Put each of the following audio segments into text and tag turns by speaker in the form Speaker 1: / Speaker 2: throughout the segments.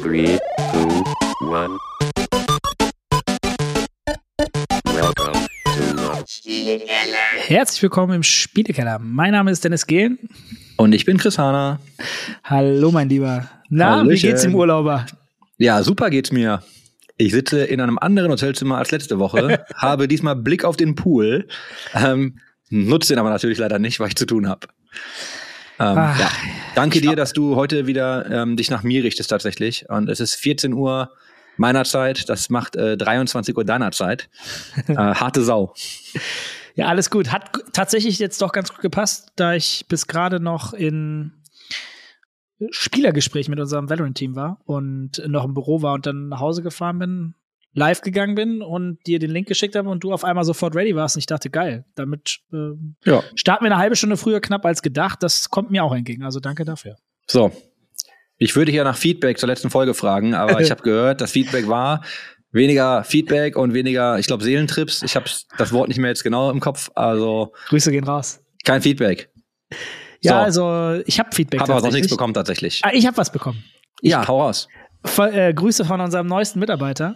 Speaker 1: 3, 2, 1. Welcome to Spielekeller.
Speaker 2: Herzlich willkommen im Spielekeller. Mein Name ist Dennis Gehlen.
Speaker 3: Und ich bin Chris Hahner.
Speaker 2: Hallo, mein Lieber. Na,
Speaker 3: Hallöchen.
Speaker 2: wie geht's dem Urlauber?
Speaker 3: Ja, super geht's mir. Ich sitze in einem anderen Hotelzimmer als letzte Woche, habe diesmal Blick auf den Pool, nutze den aber natürlich leider nicht, weil ich zu tun habe. Ja. Danke dir, dass du heute wieder dich nach mir richtest tatsächlich. Und es ist 14 Uhr meiner Zeit, das macht 23 Uhr deiner Zeit. Harte Sau.
Speaker 2: Ja, alles gut. Hat tatsächlich jetzt doch ganz gut gepasst, da ich bis gerade noch in Spielergespräch mit unserem Valorant-Team war und noch im Büro war und dann nach Hause gefahren bin, live gegangen bin und dir den Link geschickt habe und du auf einmal sofort ready warst. Und ich dachte, geil, damit starten wir eine halbe Stunde früher knapp als gedacht. Das kommt mir auch entgegen. Also danke dafür.
Speaker 3: So, ich würde hier nach Feedback zur letzten Folge fragen, aber ich habe gehört, das Feedback war weniger Feedback und weniger, ich glaube, Seelentrips. Ich habe das Wort nicht mehr jetzt genau im Kopf, also
Speaker 2: Grüße gehen raus.
Speaker 3: Kein Feedback.
Speaker 2: Ja,
Speaker 3: so.
Speaker 2: Also ich habe Feedback.
Speaker 3: Habe aber noch nichts bekommen tatsächlich.
Speaker 2: Ich habe was bekommen.
Speaker 3: Ja, hau raus.
Speaker 2: Grüße von unserem neuesten Mitarbeiter,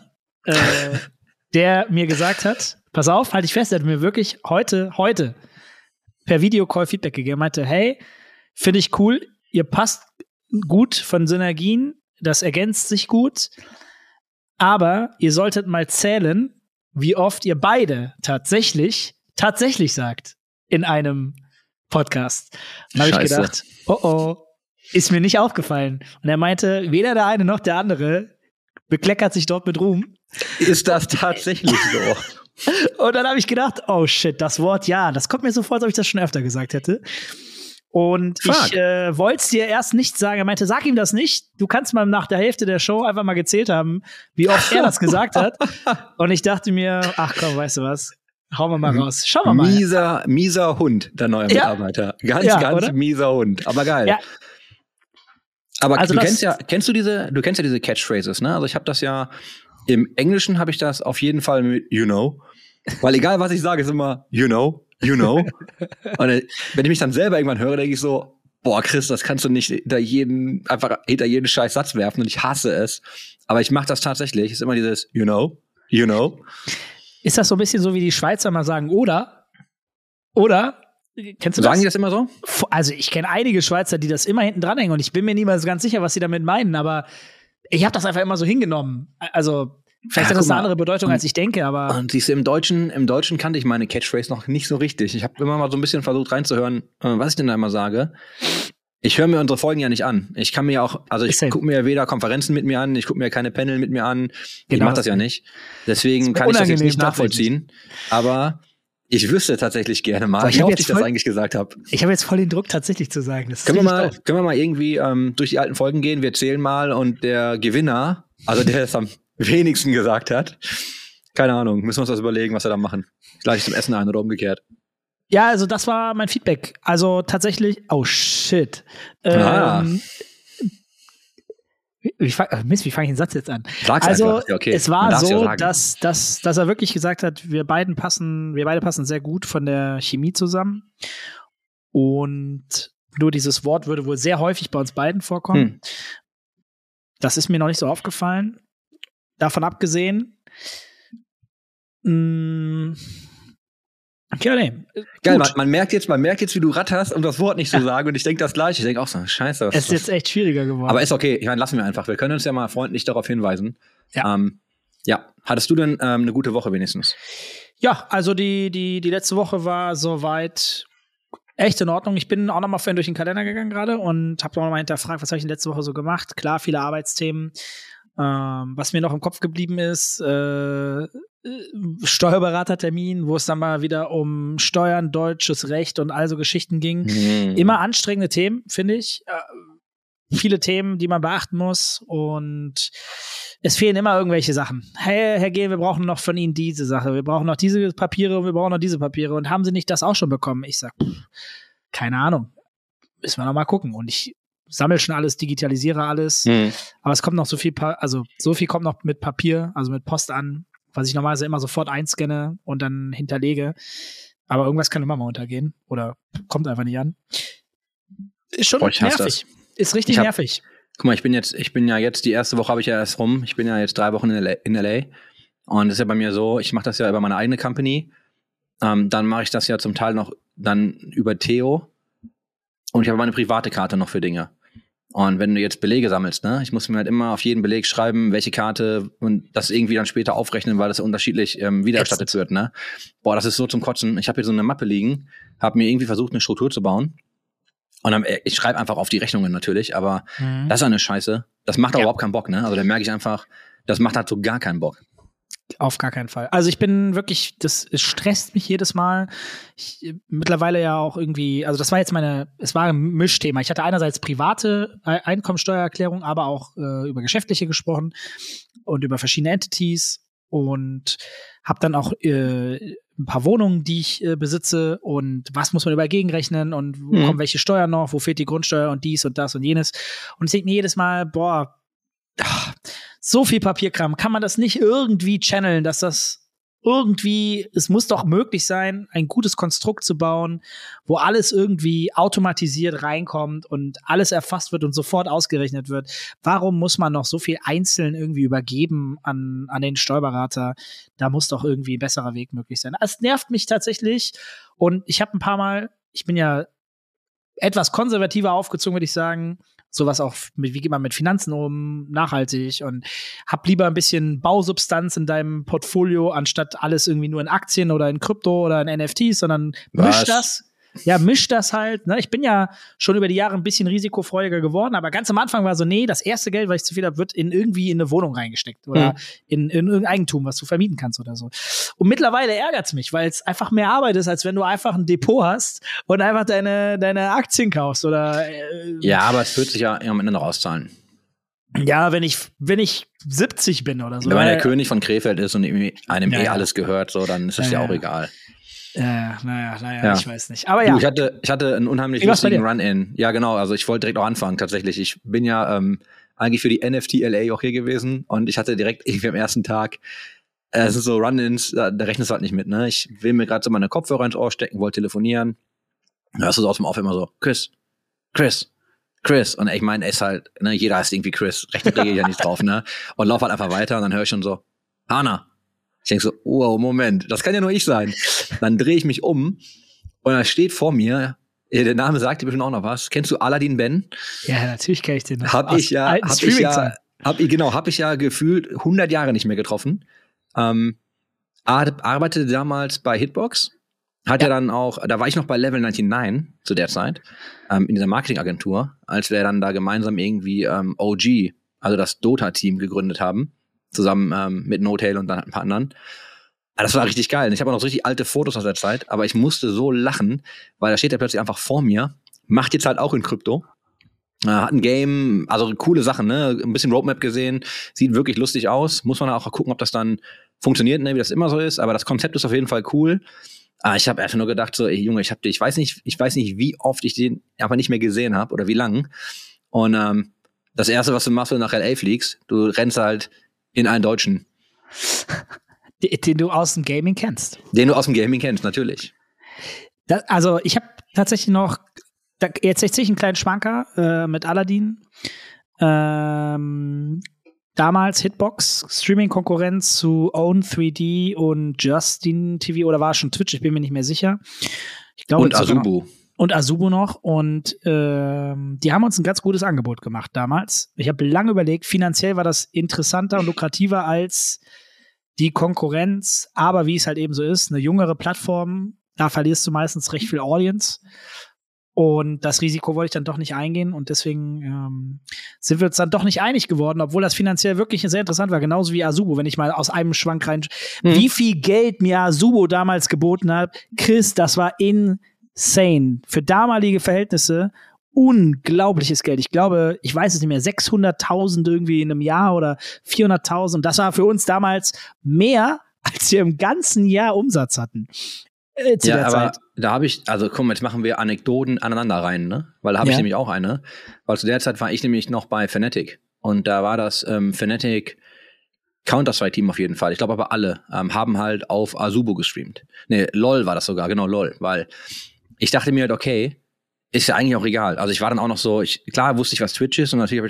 Speaker 2: der mir gesagt hat, pass auf, halte ich fest, er hat mir wirklich heute per Videocall Feedback gegeben. Er meinte, hey, finde ich cool, ihr passt gut von Synergien, das ergänzt sich gut, aber ihr solltet mal zählen, wie oft ihr beide tatsächlich sagt in einem Podcast. Und dann habe ich gedacht, ist mir nicht aufgefallen. Und er meinte, weder der eine noch der andere bekleckert sich dort mit Ruhm.
Speaker 3: Ist das tatsächlich so?
Speaker 2: Und dann habe ich gedacht, oh shit, das Wort ja, das kommt mir so vor, als ob ich das schon öfter gesagt hätte. Und ich wollte es dir erst nicht sagen. Er meinte, sag ihm das nicht. Du kannst mal nach der Hälfte der Show einfach mal gezählt haben, wie oft er das gesagt hat. Und ich dachte mir, ach komm, weißt du was? Hauen wir mal raus. Schauen wir mal.
Speaker 3: Mieser Hund, der neue Mitarbeiter. Ganz oder? Mieser Hund. Aber geil. Ja. Aber also du kennst du diese Catchphrases, ne? Also ich habe das ja, im Englischen habe ich das auf jeden Fall mit you know. Weil egal, was ich sage, ist immer you know. Und wenn ich mich dann selber irgendwann höre, denke ich so, boah, Chris, das kannst du nicht hinter jeden scheiß Satz werfen und ich hasse es. Aber ich mache das tatsächlich. Ist immer dieses you know.
Speaker 2: Ist das so ein bisschen so, wie die Schweizer mal sagen, oder? Kennst du das?
Speaker 3: Sagen die das immer so?
Speaker 2: Also ich kenne einige Schweizer, die das immer hinten dranhängen und ich bin mir niemals ganz sicher, was sie damit meinen, aber ich habe das einfach immer so hingenommen. Also vielleicht hat das eine andere Bedeutung, als ich denke, aber
Speaker 3: und siehst du, im Deutschen kannte ich meine Catchphrase noch nicht so richtig. Ich habe immer mal so ein bisschen versucht reinzuhören, was ich denn da immer sage. Ich höre mir unsere Folgen ja nicht an. Ich kann mir auch, also ich gucke mir weder Konferenzen mit mir an, ich gucke mir keine Panel mit mir an. Ich mache das ja nicht. Deswegen kann ich das jetzt nicht nachvollziehen. Aber ich wüsste tatsächlich gerne mal, wie oft ich das eigentlich gesagt habe.
Speaker 2: Ich habe jetzt voll den Druck, tatsächlich zu sagen. Das
Speaker 3: können wir mal irgendwie durch die alten Folgen gehen? Wir zählen mal und der Gewinner, also der es am wenigsten gesagt hat, keine Ahnung, müssen wir uns das überlegen, was wir da machen. Gleich zum Essen ein oder umgekehrt.
Speaker 2: Ja, also das war mein Feedback. Also tatsächlich, oh shit. Wie fange ich den Satz jetzt an?
Speaker 3: Sag's einfach. Okay.
Speaker 2: Es war so, dass er wirklich gesagt hat, wir beide passen sehr gut von der Chemie zusammen. Und nur dieses Wort würde wohl sehr häufig bei uns beiden vorkommen. Das ist mir noch nicht so aufgefallen. Davon abgesehen, ja, nee.
Speaker 3: Geil, man merkt jetzt, wie du ratterst, um das Wort nicht zu sagen. Und ich denke das gleich. Ich denke auch so, scheiße.
Speaker 2: Es ist jetzt echt schwieriger geworden.
Speaker 3: Aber ist okay. Ich meine, lassen wir einfach. Wir können uns ja mal freundlich darauf hinweisen.
Speaker 2: Ja.
Speaker 3: Hattest du denn eine gute Woche wenigstens?
Speaker 2: Ja, also die letzte Woche war soweit echt in Ordnung. Ich bin auch noch mal vorhin durch den Kalender gegangen gerade und habe noch mal hinterfragt, was habe ich in letzter Woche so gemacht. Klar, viele Arbeitsthemen. Was mir noch im Kopf geblieben ist, Steuerberatertermin, wo es dann mal wieder um Steuern, deutsches Recht und all so Geschichten ging. Immer anstrengende Themen, finde ich. Viele Themen, die man beachten muss und es fehlen immer irgendwelche Sachen. Hey, Herr G., wir brauchen noch von Ihnen diese Sache, wir brauchen noch diese Papiere und wir brauchen noch diese Papiere und haben Sie nicht das auch schon bekommen? Ich sag, keine Ahnung, müssen wir noch mal gucken und ich sammle schon alles, digitalisiere alles, aber es kommt noch so viel kommt noch mit Papier, also mit Post an, was ich normalerweise immer sofort einscanne und dann hinterlege. Aber irgendwas kann immer mal untergehen oder kommt einfach nicht an. Ist schon nervig. Ist richtig nervig.
Speaker 3: Guck mal, ich bin ja jetzt, die erste Woche habe ich ja erst rum. Ich bin ja jetzt 3 Wochen in LA. Und das ist ja bei mir so, ich mache das ja über meine eigene Company. Dann mache ich das ja zum Teil noch dann über Theo. Und ich habe meine private Karte noch für Dinge. Und wenn du jetzt Belege sammelst, ne, ich muss mir halt immer auf jeden Beleg schreiben, welche Karte und das irgendwie dann später aufrechnen, weil das unterschiedlich wiedererstattet wird, ne. Boah, das ist so zum Kotzen. Ich habe hier so eine Mappe liegen, habe mir irgendwie versucht, eine Struktur zu bauen. Und dann, ich schreibe einfach auf die Rechnungen natürlich, aber das ist eine Scheiße. Das macht auch überhaupt keinen Bock, ne? Also da merke ich einfach, das macht halt so gar keinen Bock.
Speaker 2: Auf gar keinen Fall. Also ich bin wirklich, es stresst mich jedes Mal. Mittlerweile ja auch irgendwie, also das war jetzt es war ein Mischthema. Ich hatte einerseits private Einkommensteuererklärung, aber auch über geschäftliche gesprochen und über verschiedene Entities und habe dann auch ein paar Wohnungen, die ich besitze und was muss man überall gegenrechnen und wo kommen welche Steuern noch, wo fehlt die Grundsteuer und dies und das und jenes. Und ich denke mir jedes Mal, boah, so viel Papierkram, kann man das nicht irgendwie channeln, dass das irgendwie, es muss doch möglich sein, ein gutes Konstrukt zu bauen, wo alles irgendwie automatisiert reinkommt und alles erfasst wird und sofort ausgerechnet wird. Warum muss man noch so viel einzeln irgendwie übergeben an den Steuerberater? Da muss doch irgendwie ein besserer Weg möglich sein. Es nervt mich tatsächlich und ich habe ein paar Mal, ich bin ja etwas konservativer aufgezogen, würde ich sagen, sowas auch, wie geht man mit Finanzen um, nachhaltig und hab lieber ein bisschen Bausubstanz in deinem Portfolio, anstatt alles irgendwie nur in Aktien oder in Krypto oder in NFTs, sondern misch das halt. Ne? Ich bin ja schon über die Jahre ein bisschen risikofreudiger geworden, aber ganz am Anfang war so, nee, das erste Geld, was ich zu viel habe, wird irgendwie in eine Wohnung reingesteckt oder in irgendein Eigentum, was du vermieten kannst oder so. Und mittlerweile ärgert's mich, weil es einfach mehr Arbeit ist, als wenn du einfach ein Depot hast und einfach deine Aktien kaufst oder
Speaker 3: ja, aber es wird sich ja am Ende noch auszahlen.
Speaker 2: Ja, wenn ich 70 bin oder so.
Speaker 3: Wenn man der König von Krefeld ist und einem alles gehört, so, dann ist es ja auch egal.
Speaker 2: Naja, ich weiß nicht. Aber ja.
Speaker 3: Du, ich hatte einen unheimlich lustigen Run-In. Ja, genau. Also ich wollte direkt auch anfangen, tatsächlich. Ich bin ja eigentlich für die NFT LA auch hier gewesen und ich hatte direkt irgendwie am ersten Tag, es sind so Run-Ins, da rechnest du halt nicht mit, ne? Ich will mir gerade so meine Kopfhörer ins Ohr stecken, wollte telefonieren. Da hörst du so aus dem Off immer so, Chris. Und ich meine, ist halt, ne, jeder heißt irgendwie Chris. Rechnet ja nicht drauf, ne? Und lauf halt einfach weiter und dann höre ich schon so, Hana. Ich denke so, wow, Moment, das kann ja nur ich sein. Dann drehe ich mich um und da steht vor mir, der Name sagt dir bestimmt auch noch was. Kennst du Aladdin Ben?
Speaker 2: Ja, natürlich kenne ich den.
Speaker 3: Hab ich ja gefühlt 100 Jahre nicht mehr getroffen. Arbeitete damals bei Hitbox. Hat ja dann auch, da war ich noch bei Level 99 zu der Zeit, in dieser Marketingagentur, als wir dann da gemeinsam irgendwie OG, also das Dota-Team gegründet haben. Zusammen mit No-Tail und dann ein paar anderen. Aber das war richtig geil. Ich habe auch noch so richtig alte Fotos aus der Zeit, aber ich musste so lachen, weil da steht er plötzlich einfach vor mir, macht jetzt halt auch in Krypto, hat ein Game, also coole Sachen, ne, ein bisschen Roadmap gesehen, sieht wirklich lustig aus, muss man auch gucken, ob das dann funktioniert, ne, wie das immer so ist, aber das Konzept ist auf jeden Fall cool. Ich habe einfach nur gedacht so, ey Junge, ich weiß nicht, wie oft ich den einfach nicht mehr gesehen habe oder wie lang. Und das Erste, was du machst, wenn du nach LA fliegst, du rennst halt in einen Deutschen.
Speaker 2: Den du aus dem Gaming kennst.
Speaker 3: Den du aus dem Gaming kennst, natürlich.
Speaker 2: Also ich habe tatsächlich noch, jetzt erzähle ich einen kleinen Schwanker mit Aladdin. Damals Hitbox, Streaming-Konkurrenz zu Own3D und Justin TV oder war es schon Twitch, ich bin mir nicht mehr sicher. Ich glaube,
Speaker 3: und Azubu.
Speaker 2: Und Azubu noch. Und die haben uns ein ganz gutes Angebot gemacht damals. Ich habe lange überlegt, finanziell war das interessanter und lukrativer als die Konkurrenz. Aber wie es halt eben so ist, eine jüngere Plattform, da verlierst du meistens recht viel Audience. Und das Risiko wollte ich dann doch nicht eingehen. Und deswegen sind wir uns dann doch nicht einig geworden, obwohl das finanziell wirklich sehr interessant war. Genauso wie Azubu, wenn ich mal aus einem Schwank rein... Wie viel Geld mir Azubu damals geboten hat, Chris, das war insane. Für damalige Verhältnisse unglaubliches Geld. Ich glaube, ich weiß es nicht mehr, 600.000 irgendwie in einem Jahr oder 400.000. Das war für uns damals mehr, als wir im ganzen Jahr Umsatz hatten. Zu der Zeit.
Speaker 3: Da habe ich, also guck mal, jetzt machen wir Anekdoten aneinander rein, ne? Weil da habe ich nämlich auch eine. Weil zu der Zeit war ich nämlich noch bei Fnatic. Und da war das Fnatic Counter-Strike-Team auf jeden Fall. Ich glaube aber alle haben halt auf Azubu gestreamt. Nee, LOL war das sogar, genau, LOL. Weil ich dachte mir halt, okay, ist ja eigentlich auch egal. Also ich war dann auch noch so, klar wusste ich, was Twitch ist und natürlich habe ich das auch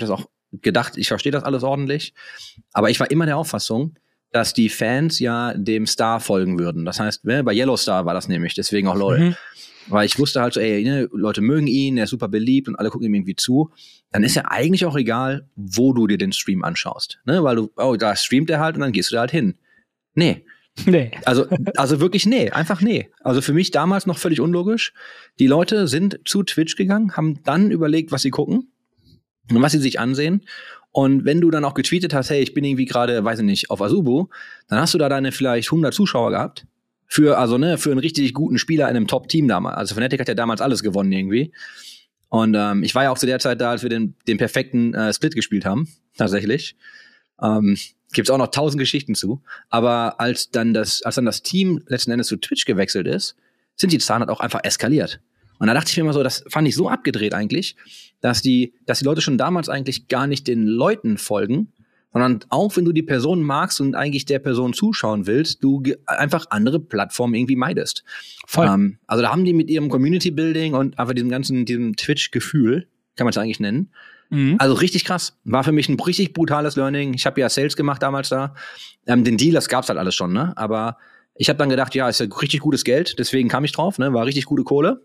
Speaker 3: gedacht, ich verstehe das alles ordentlich. Aber ich war immer der Auffassung, dass die Fans ja dem Star folgen würden. Das heißt, bei Yellow Star war das nämlich, deswegen auch LOL. Weil ich wusste halt so, Leute mögen ihn, er ist super beliebt und alle gucken ihm irgendwie zu. Dann ist ja eigentlich auch egal, wo du dir den Stream anschaust. Ne? Weil da streamt er halt und dann gehst du da halt hin. Nee. Also wirklich einfach nee. Also für mich damals noch völlig unlogisch. Die Leute sind zu Twitch gegangen, haben dann überlegt, was sie gucken und was sie sich ansehen. Und wenn du dann auch getweetet hast, hey, ich bin irgendwie gerade, weiß ich nicht, auf Azubu, dann hast du da deine vielleicht 100 Zuschauer gehabt. Für einen richtig guten Spieler in einem Top-Team damals. Also Fnatic hat ja damals alles gewonnen irgendwie. Und ich war ja auch zu der Zeit da, als wir den perfekten Split gespielt haben, tatsächlich. Gibt's auch noch 1000 Geschichten zu. Aber als dann das Team letzten Endes zu Twitch gewechselt ist, sind die Zahlen halt auch einfach eskaliert. Und da dachte ich mir immer so, das fand ich so abgedreht eigentlich, dass die Leute schon damals eigentlich gar nicht den Leuten folgen, sondern auch wenn du die Person magst und eigentlich der Person zuschauen willst, du einfach andere Plattformen irgendwie meidest. Voll. Also da haben die mit ihrem Community-Building und einfach diesem Twitch-Gefühl, kann man es eigentlich nennen, also richtig krass. War für mich ein richtig brutales Learning. Ich habe ja Sales gemacht damals da. Den Deal, das gab's halt alles schon, ne? Aber ich habe dann gedacht, ja, ist ja richtig gutes Geld, deswegen kam ich drauf, ne? War richtig gute Kohle.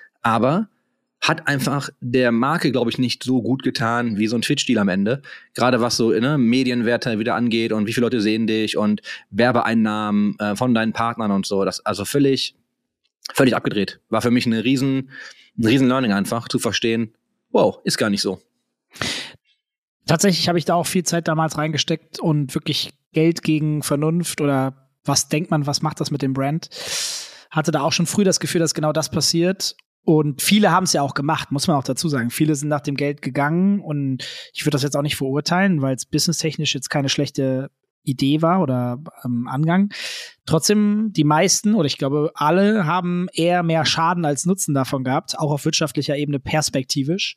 Speaker 3: Aber hat einfach der Marke, glaube ich, nicht so gut getan wie so ein Twitch-Deal am Ende. Gerade was so Medienwerte wieder angeht und wie viele Leute sehen dich und Werbeeinnahmen von deinen Partnern und so. Das also völlig abgedreht. War für mich ein riesen Learning einfach, zu verstehen, wow, ist gar nicht so.
Speaker 2: Tatsächlich habe ich da auch viel Zeit damals reingesteckt und wirklich Geld gegen Vernunft oder was denkt man, was macht das mit dem Brand? Hatte da auch schon früh das Gefühl, dass genau das passiert. Und viele haben es ja auch gemacht, muss man auch dazu sagen. Viele sind nach dem Geld gegangen und ich würde das jetzt auch nicht verurteilen, weil es businesstechnisch jetzt keine schlechte Idee war oder Angang. Trotzdem, die meisten oder ich glaube alle haben eher mehr Schaden als Nutzen davon gehabt, auch auf wirtschaftlicher Ebene perspektivisch.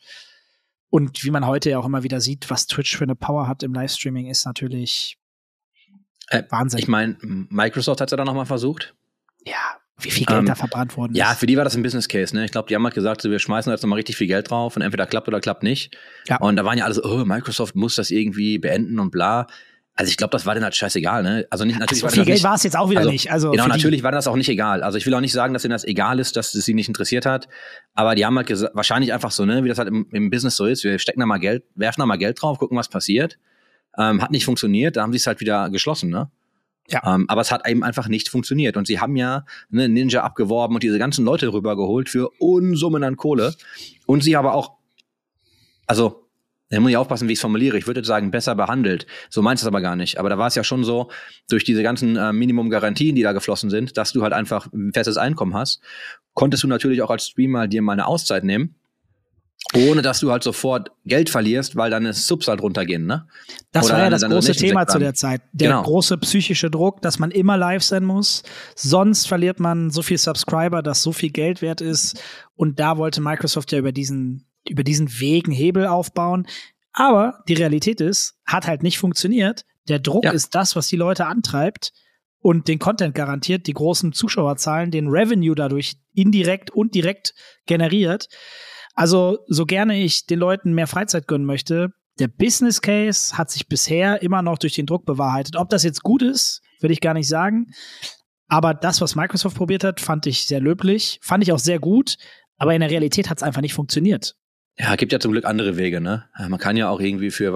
Speaker 2: Und wie man heute ja auch immer wieder sieht, was Twitch für eine Power hat im Livestreaming, ist natürlich Wahnsinn.
Speaker 3: Ich meine, Microsoft hat es ja dann nochmal versucht.
Speaker 2: Ja. Wie viel Geld da verbrannt worden ist.
Speaker 3: Ja, für die war das ein Business Case, ne? Ich glaube, die haben halt gesagt, so, wir schmeißen jetzt nochmal richtig viel Geld drauf und entweder klappt oder klappt nicht. Ja. Und da waren ja alle so, Microsoft muss das irgendwie beenden und bla. Also ich glaube, das war denen halt scheißegal, ne? Also nicht natürlich.
Speaker 2: So viel Geld war es jetzt auch wieder nicht. Also
Speaker 3: genau, natürlich war das auch nicht egal. Also ich will auch nicht sagen, dass denen das egal ist, dass es sie nicht interessiert hat. Aber die haben halt gesagt, wahrscheinlich einfach so, ne, wie das halt im Business so ist. Wir stecken da mal Geld, werfen da mal Geld drauf, gucken, was passiert. Hat nicht funktioniert, da haben sie es halt wieder geschlossen, ne? Ja. Aber es hat eben einfach nicht funktioniert. Und sie haben ja Ninja abgeworben und diese ganzen Leute rübergeholt für Unsummen an Kohle. Und sie aber auch, also, da muss ich aufpassen, wie ich es formuliere. Ich würde sagen, besser behandelt. So meinst du es aber gar nicht. Aber da war es ja schon so, durch diese ganzen Minimum-Garantien, die da geflossen sind, dass du halt einfach ein festes Einkommen hast, konntest du natürlich auch als Streamer dir mal eine Auszeit nehmen. Ohne dass du halt sofort Geld verlierst, weil deine Subs halt runtergehen, ne?
Speaker 2: Das war ja das große Thema zu der Zeit. Der große psychische Druck, dass man immer live sein muss. Sonst verliert man so viel Subscriber, dass so viel Geld wert ist. Und da wollte Microsoft ja über diesen Weg einen Hebel aufbauen. Aber die Realität ist, hat halt nicht funktioniert. Der Druck ist das, was die Leute antreibt und den Content garantiert, die großen Zuschauerzahlen, den Revenue dadurch indirekt und direkt generiert. Also, so gerne ich den Leuten mehr Freizeit gönnen möchte, der Business Case hat sich bisher immer noch durch den Druck bewahrheitet. Ob das jetzt gut ist, würde ich gar nicht sagen. Aber das, was Microsoft probiert hat, fand ich sehr löblich. Fand ich auch sehr gut. Aber in der Realität hat es einfach nicht funktioniert.
Speaker 3: Ja, gibt ja zum Glück andere Wege, ne? Man kann ja auch irgendwie für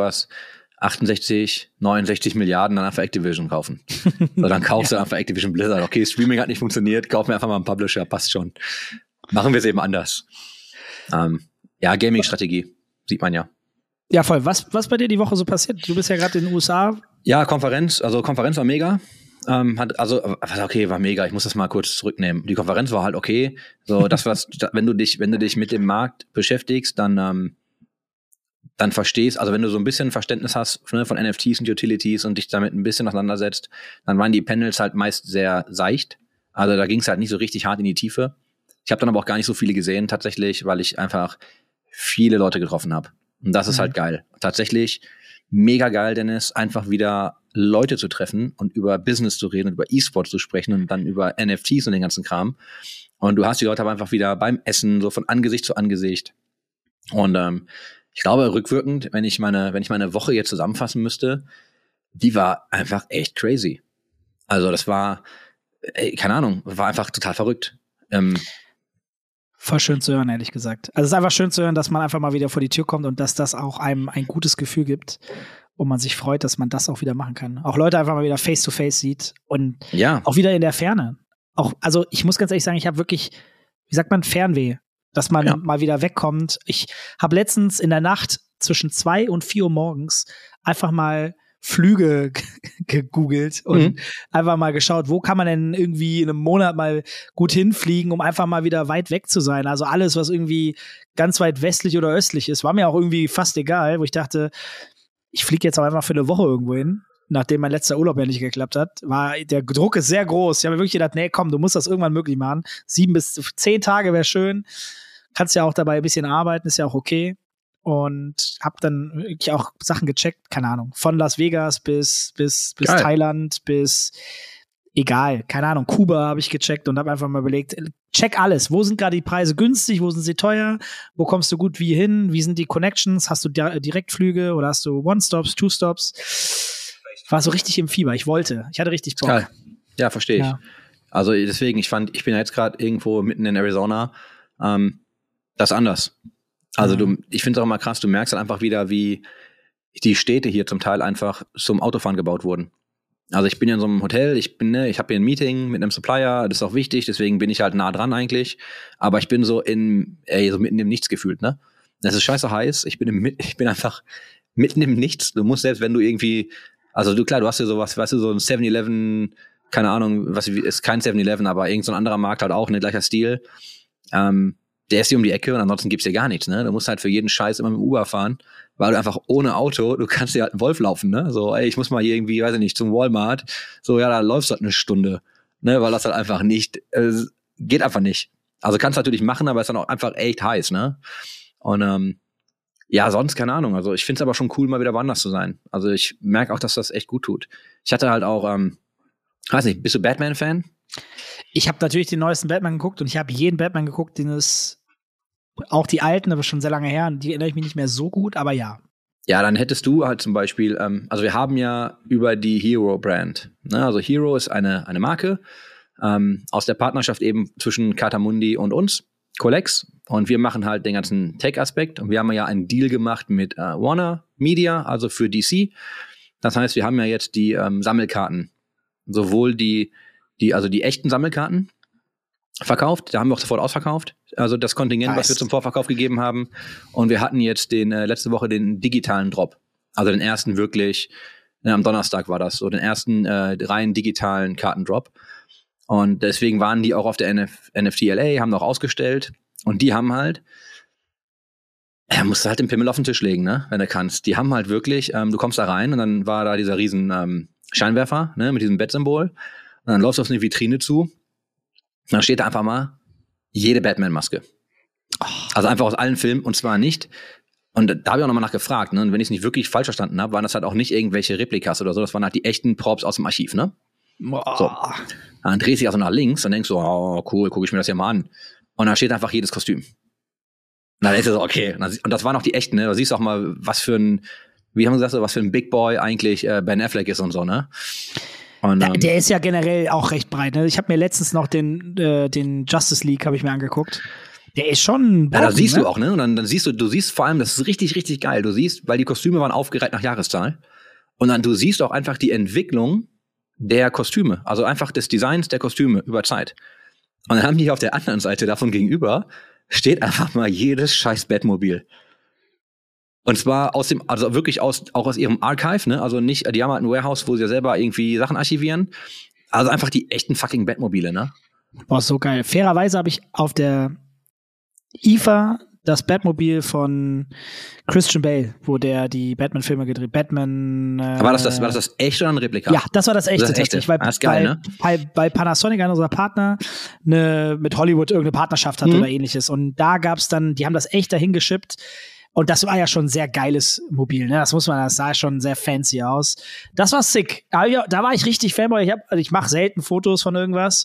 Speaker 3: 68, 69 Milliarden dann einfach Activision kaufen. So, dann kaufst du einfach Activision Blizzard. Okay, Streaming hat nicht funktioniert, kauf mir einfach mal einen Publisher, passt schon. Machen wir es eben anders. Gaming-Strategie, sieht man ja.
Speaker 2: Ja, voll. Was bei dir die Woche so passiert? Du bist ja gerade in den USA.
Speaker 3: Ja, Konferenz war mega. War mega. Ich muss das mal kurz zurücknehmen. Die Konferenz war halt okay. So, wenn du dich mit dem Markt beschäftigst, dann verstehst, also wenn du so ein bisschen Verständnis hast, ne, von NFTs und Utilities und dich damit ein bisschen auseinandersetzt, dann waren die Panels halt meist sehr seicht. Also da ging es halt nicht so richtig hart in die Tiefe. Ich habe dann aber auch gar nicht so viele gesehen tatsächlich, weil ich einfach viele Leute getroffen habe. Und das ist halt geil. Tatsächlich mega geil, Dennis, einfach wieder Leute zu treffen und über Business zu reden und über E-Sport zu sprechen und dann über NFTs und den ganzen Kram. Und du hast die Leute aber einfach wieder beim Essen, so von Angesicht zu Angesicht. Und Ich glaube, rückwirkend, wenn ich meine Woche jetzt zusammenfassen müsste, die war einfach echt crazy. Also das war, keine Ahnung, war einfach total verrückt.
Speaker 2: Voll schön zu hören, ehrlich gesagt. Also es ist einfach schön zu hören, dass man einfach mal wieder vor die Tür kommt und dass das auch einem ein gutes Gefühl gibt und man sich freut, dass man das auch wieder machen kann. Auch Leute einfach mal wieder face-to-face sieht und auch wieder in der Ferne. Auch, also ich muss ganz ehrlich sagen, ich habe wirklich, wie sagt man, Fernweh, dass man mal wieder wegkommt. Ich habe letztens in der Nacht zwischen 2 und 4 Uhr morgens einfach mal Flüge gegoogelt und einfach mal geschaut, wo kann man denn irgendwie in einem Monat mal gut hinfliegen, um einfach mal wieder weit weg zu sein. Also alles, was irgendwie ganz weit westlich oder östlich ist, war mir auch irgendwie fast egal, wo ich dachte, ich fliege jetzt auch einfach für eine Woche irgendwo hin, nachdem mein letzter Urlaub ja nicht geklappt hat. Der Druck ist sehr groß. Ich habe mir wirklich gedacht, nee, komm, du musst das irgendwann möglich machen. 7 bis 10 Tage wäre schön. Kannst ja auch dabei ein bisschen arbeiten, ist ja auch okay. Und hab dann wirklich auch Sachen gecheckt, keine Ahnung, von Las Vegas bis Thailand, bis egal, keine Ahnung, Kuba habe ich gecheckt und habe einfach mal überlegt, check alles, wo sind gerade die Preise günstig, wo sind sie teuer, wo kommst du gut wie hin, wie sind die Connections, hast du Direktflüge oder hast du One-Stops, Two-Stops? War so richtig im Fieber, ich hatte richtig Bock.
Speaker 3: Geil. Ja, verstehe ich. Also deswegen, ich bin ja jetzt gerade irgendwo mitten in Arizona, das ist anders. Also ich finde es auch immer krass, du merkst dann einfach wieder, wie die Städte hier zum Teil einfach zum Autofahren gebaut wurden. Also ich bin in so einem Hotel, ich habe hier ein Meeting mit einem Supplier, das ist auch wichtig, deswegen bin ich halt nah dran eigentlich. Aber ich bin so so mitten im Nichts gefühlt, ne? Es ist scheiße heiß, ich bin einfach mitten im Nichts. Du musst selbst, wenn du irgendwie, also du hast ja sowas, weißt du, so ein 7-Eleven, keine Ahnung, was ist kein 7-Eleven, aber irgend so ein anderer Markt halt auch, ne, gleicher Stil. Der ist hier um die Ecke und ansonsten gibt's hier gar nichts, ne? Du musst halt für jeden Scheiß immer mit dem Uber fahren, weil du einfach ohne Auto, du kannst dir halt einen Wolf laufen, ne? So, ich muss mal hier irgendwie, weiß ich nicht, zum Walmart. So, da läufst du halt eine Stunde, ne? Weil das halt einfach nicht, geht einfach nicht. Also kannst du natürlich machen, aber ist dann auch einfach echt heiß, ne? Und sonst keine Ahnung. Also ich find's aber schon cool, mal wieder woanders zu sein. Also ich merke auch, dass das echt gut tut. Ich hatte halt auch, weiß nicht, bist du Batman-Fan?
Speaker 2: Ich habe natürlich den neuesten Batman geguckt und ich habe jeden Batman geguckt, den es auch die alten, aber schon sehr lange her, die erinnere ich mich nicht mehr so gut, aber ja.
Speaker 3: Ja, dann hättest du halt zum Beispiel, also wir haben ja über die Hero-Brand, ne? Also Hero ist eine Marke aus der Partnerschaft eben zwischen Cartamundi und uns, Collex, und wir machen halt den ganzen Tech-Aspekt und wir haben ja einen Deal gemacht mit Warner Media, also für DC. Das heißt, wir haben ja jetzt die Sammelkarten, sowohl die echten Sammelkarten verkauft, da haben wir auch sofort ausverkauft. Also das Kontingent, was wir zum Vorverkauf gegeben haben. Und wir hatten jetzt letzte Woche den digitalen Drop. Also den ersten wirklich, am Donnerstag war das so, den ersten rein digitalen Kartendrop. Und deswegen waren die auch auf der NFT LA, haben noch ausgestellt. Und die haben halt, musst du halt den Pimmel auf den Tisch legen, ne, wenn du kannst. Die haben halt wirklich, du kommst da rein und dann war da dieser riesen Scheinwerfer, ne, mit diesem Bat-Symbol. Und dann läufst du auf eine Vitrine zu. Und dann steht da einfach mal jede Batman-Maske. Also einfach aus allen Filmen. Und zwar nicht, und da habe ich auch nochmal nachgefragt, ne? Und wenn ich es nicht wirklich falsch verstanden habe, waren das halt auch nicht irgendwelche Replikas oder so. Das waren halt die echten Props aus dem Archiv, ne? So. Dann drehst du dich also nach links und denkst so, oh cool, gucke ich mir das ja mal an. Und da steht einfach jedes Kostüm. Und dann denkst du so, okay. Und das waren auch die echten, ne? Du siehst auch mal, was für ein Big Boy eigentlich Ben Affleck ist und so, ne? Und,
Speaker 2: der ist ja generell auch recht breit. Ne? Ich habe mir letztens noch den Justice League habe ich mir angeguckt. Der ist schon
Speaker 3: Brocken, da siehst du auch, ne? Und dann siehst du siehst vor allem, das ist richtig, richtig geil. Du siehst, weil die Kostüme waren aufgereiht nach Jahreszahl. Und dann du siehst auch einfach die Entwicklung der Kostüme, also einfach des Designs der Kostüme über Zeit. Und dann haben die auf der anderen Seite davon gegenüber steht einfach mal jedes scheiß Batmobil. Und zwar wirklich auch aus ihrem Archive, ne? Also nicht, die haben halt ein Warehouse, wo sie ja selber irgendwie Sachen archivieren. Also einfach die echten fucking Batmobile, ne?
Speaker 2: Boah, so geil. Fairerweise habe ich auf der IFA das Batmobil von Christian Bale, wo der die Batman-Filme gedreht. Batman.
Speaker 3: War das echt oder ein Replika?
Speaker 2: Ja, das war das echte tatsächlich, weil,
Speaker 3: das ist geil, ne?
Speaker 2: Weil Panasonic, einer unserer Partner, mit Hollywood irgendeine Partnerschaft hat oder ähnliches. Und da gab's dann, die haben das echt dahin geschippt. Und das war ja schon ein sehr geiles Mobil, ne? Das sah schon sehr fancy aus. Das war sick. Da war ich richtig Fanboy. Ich mache selten Fotos von irgendwas.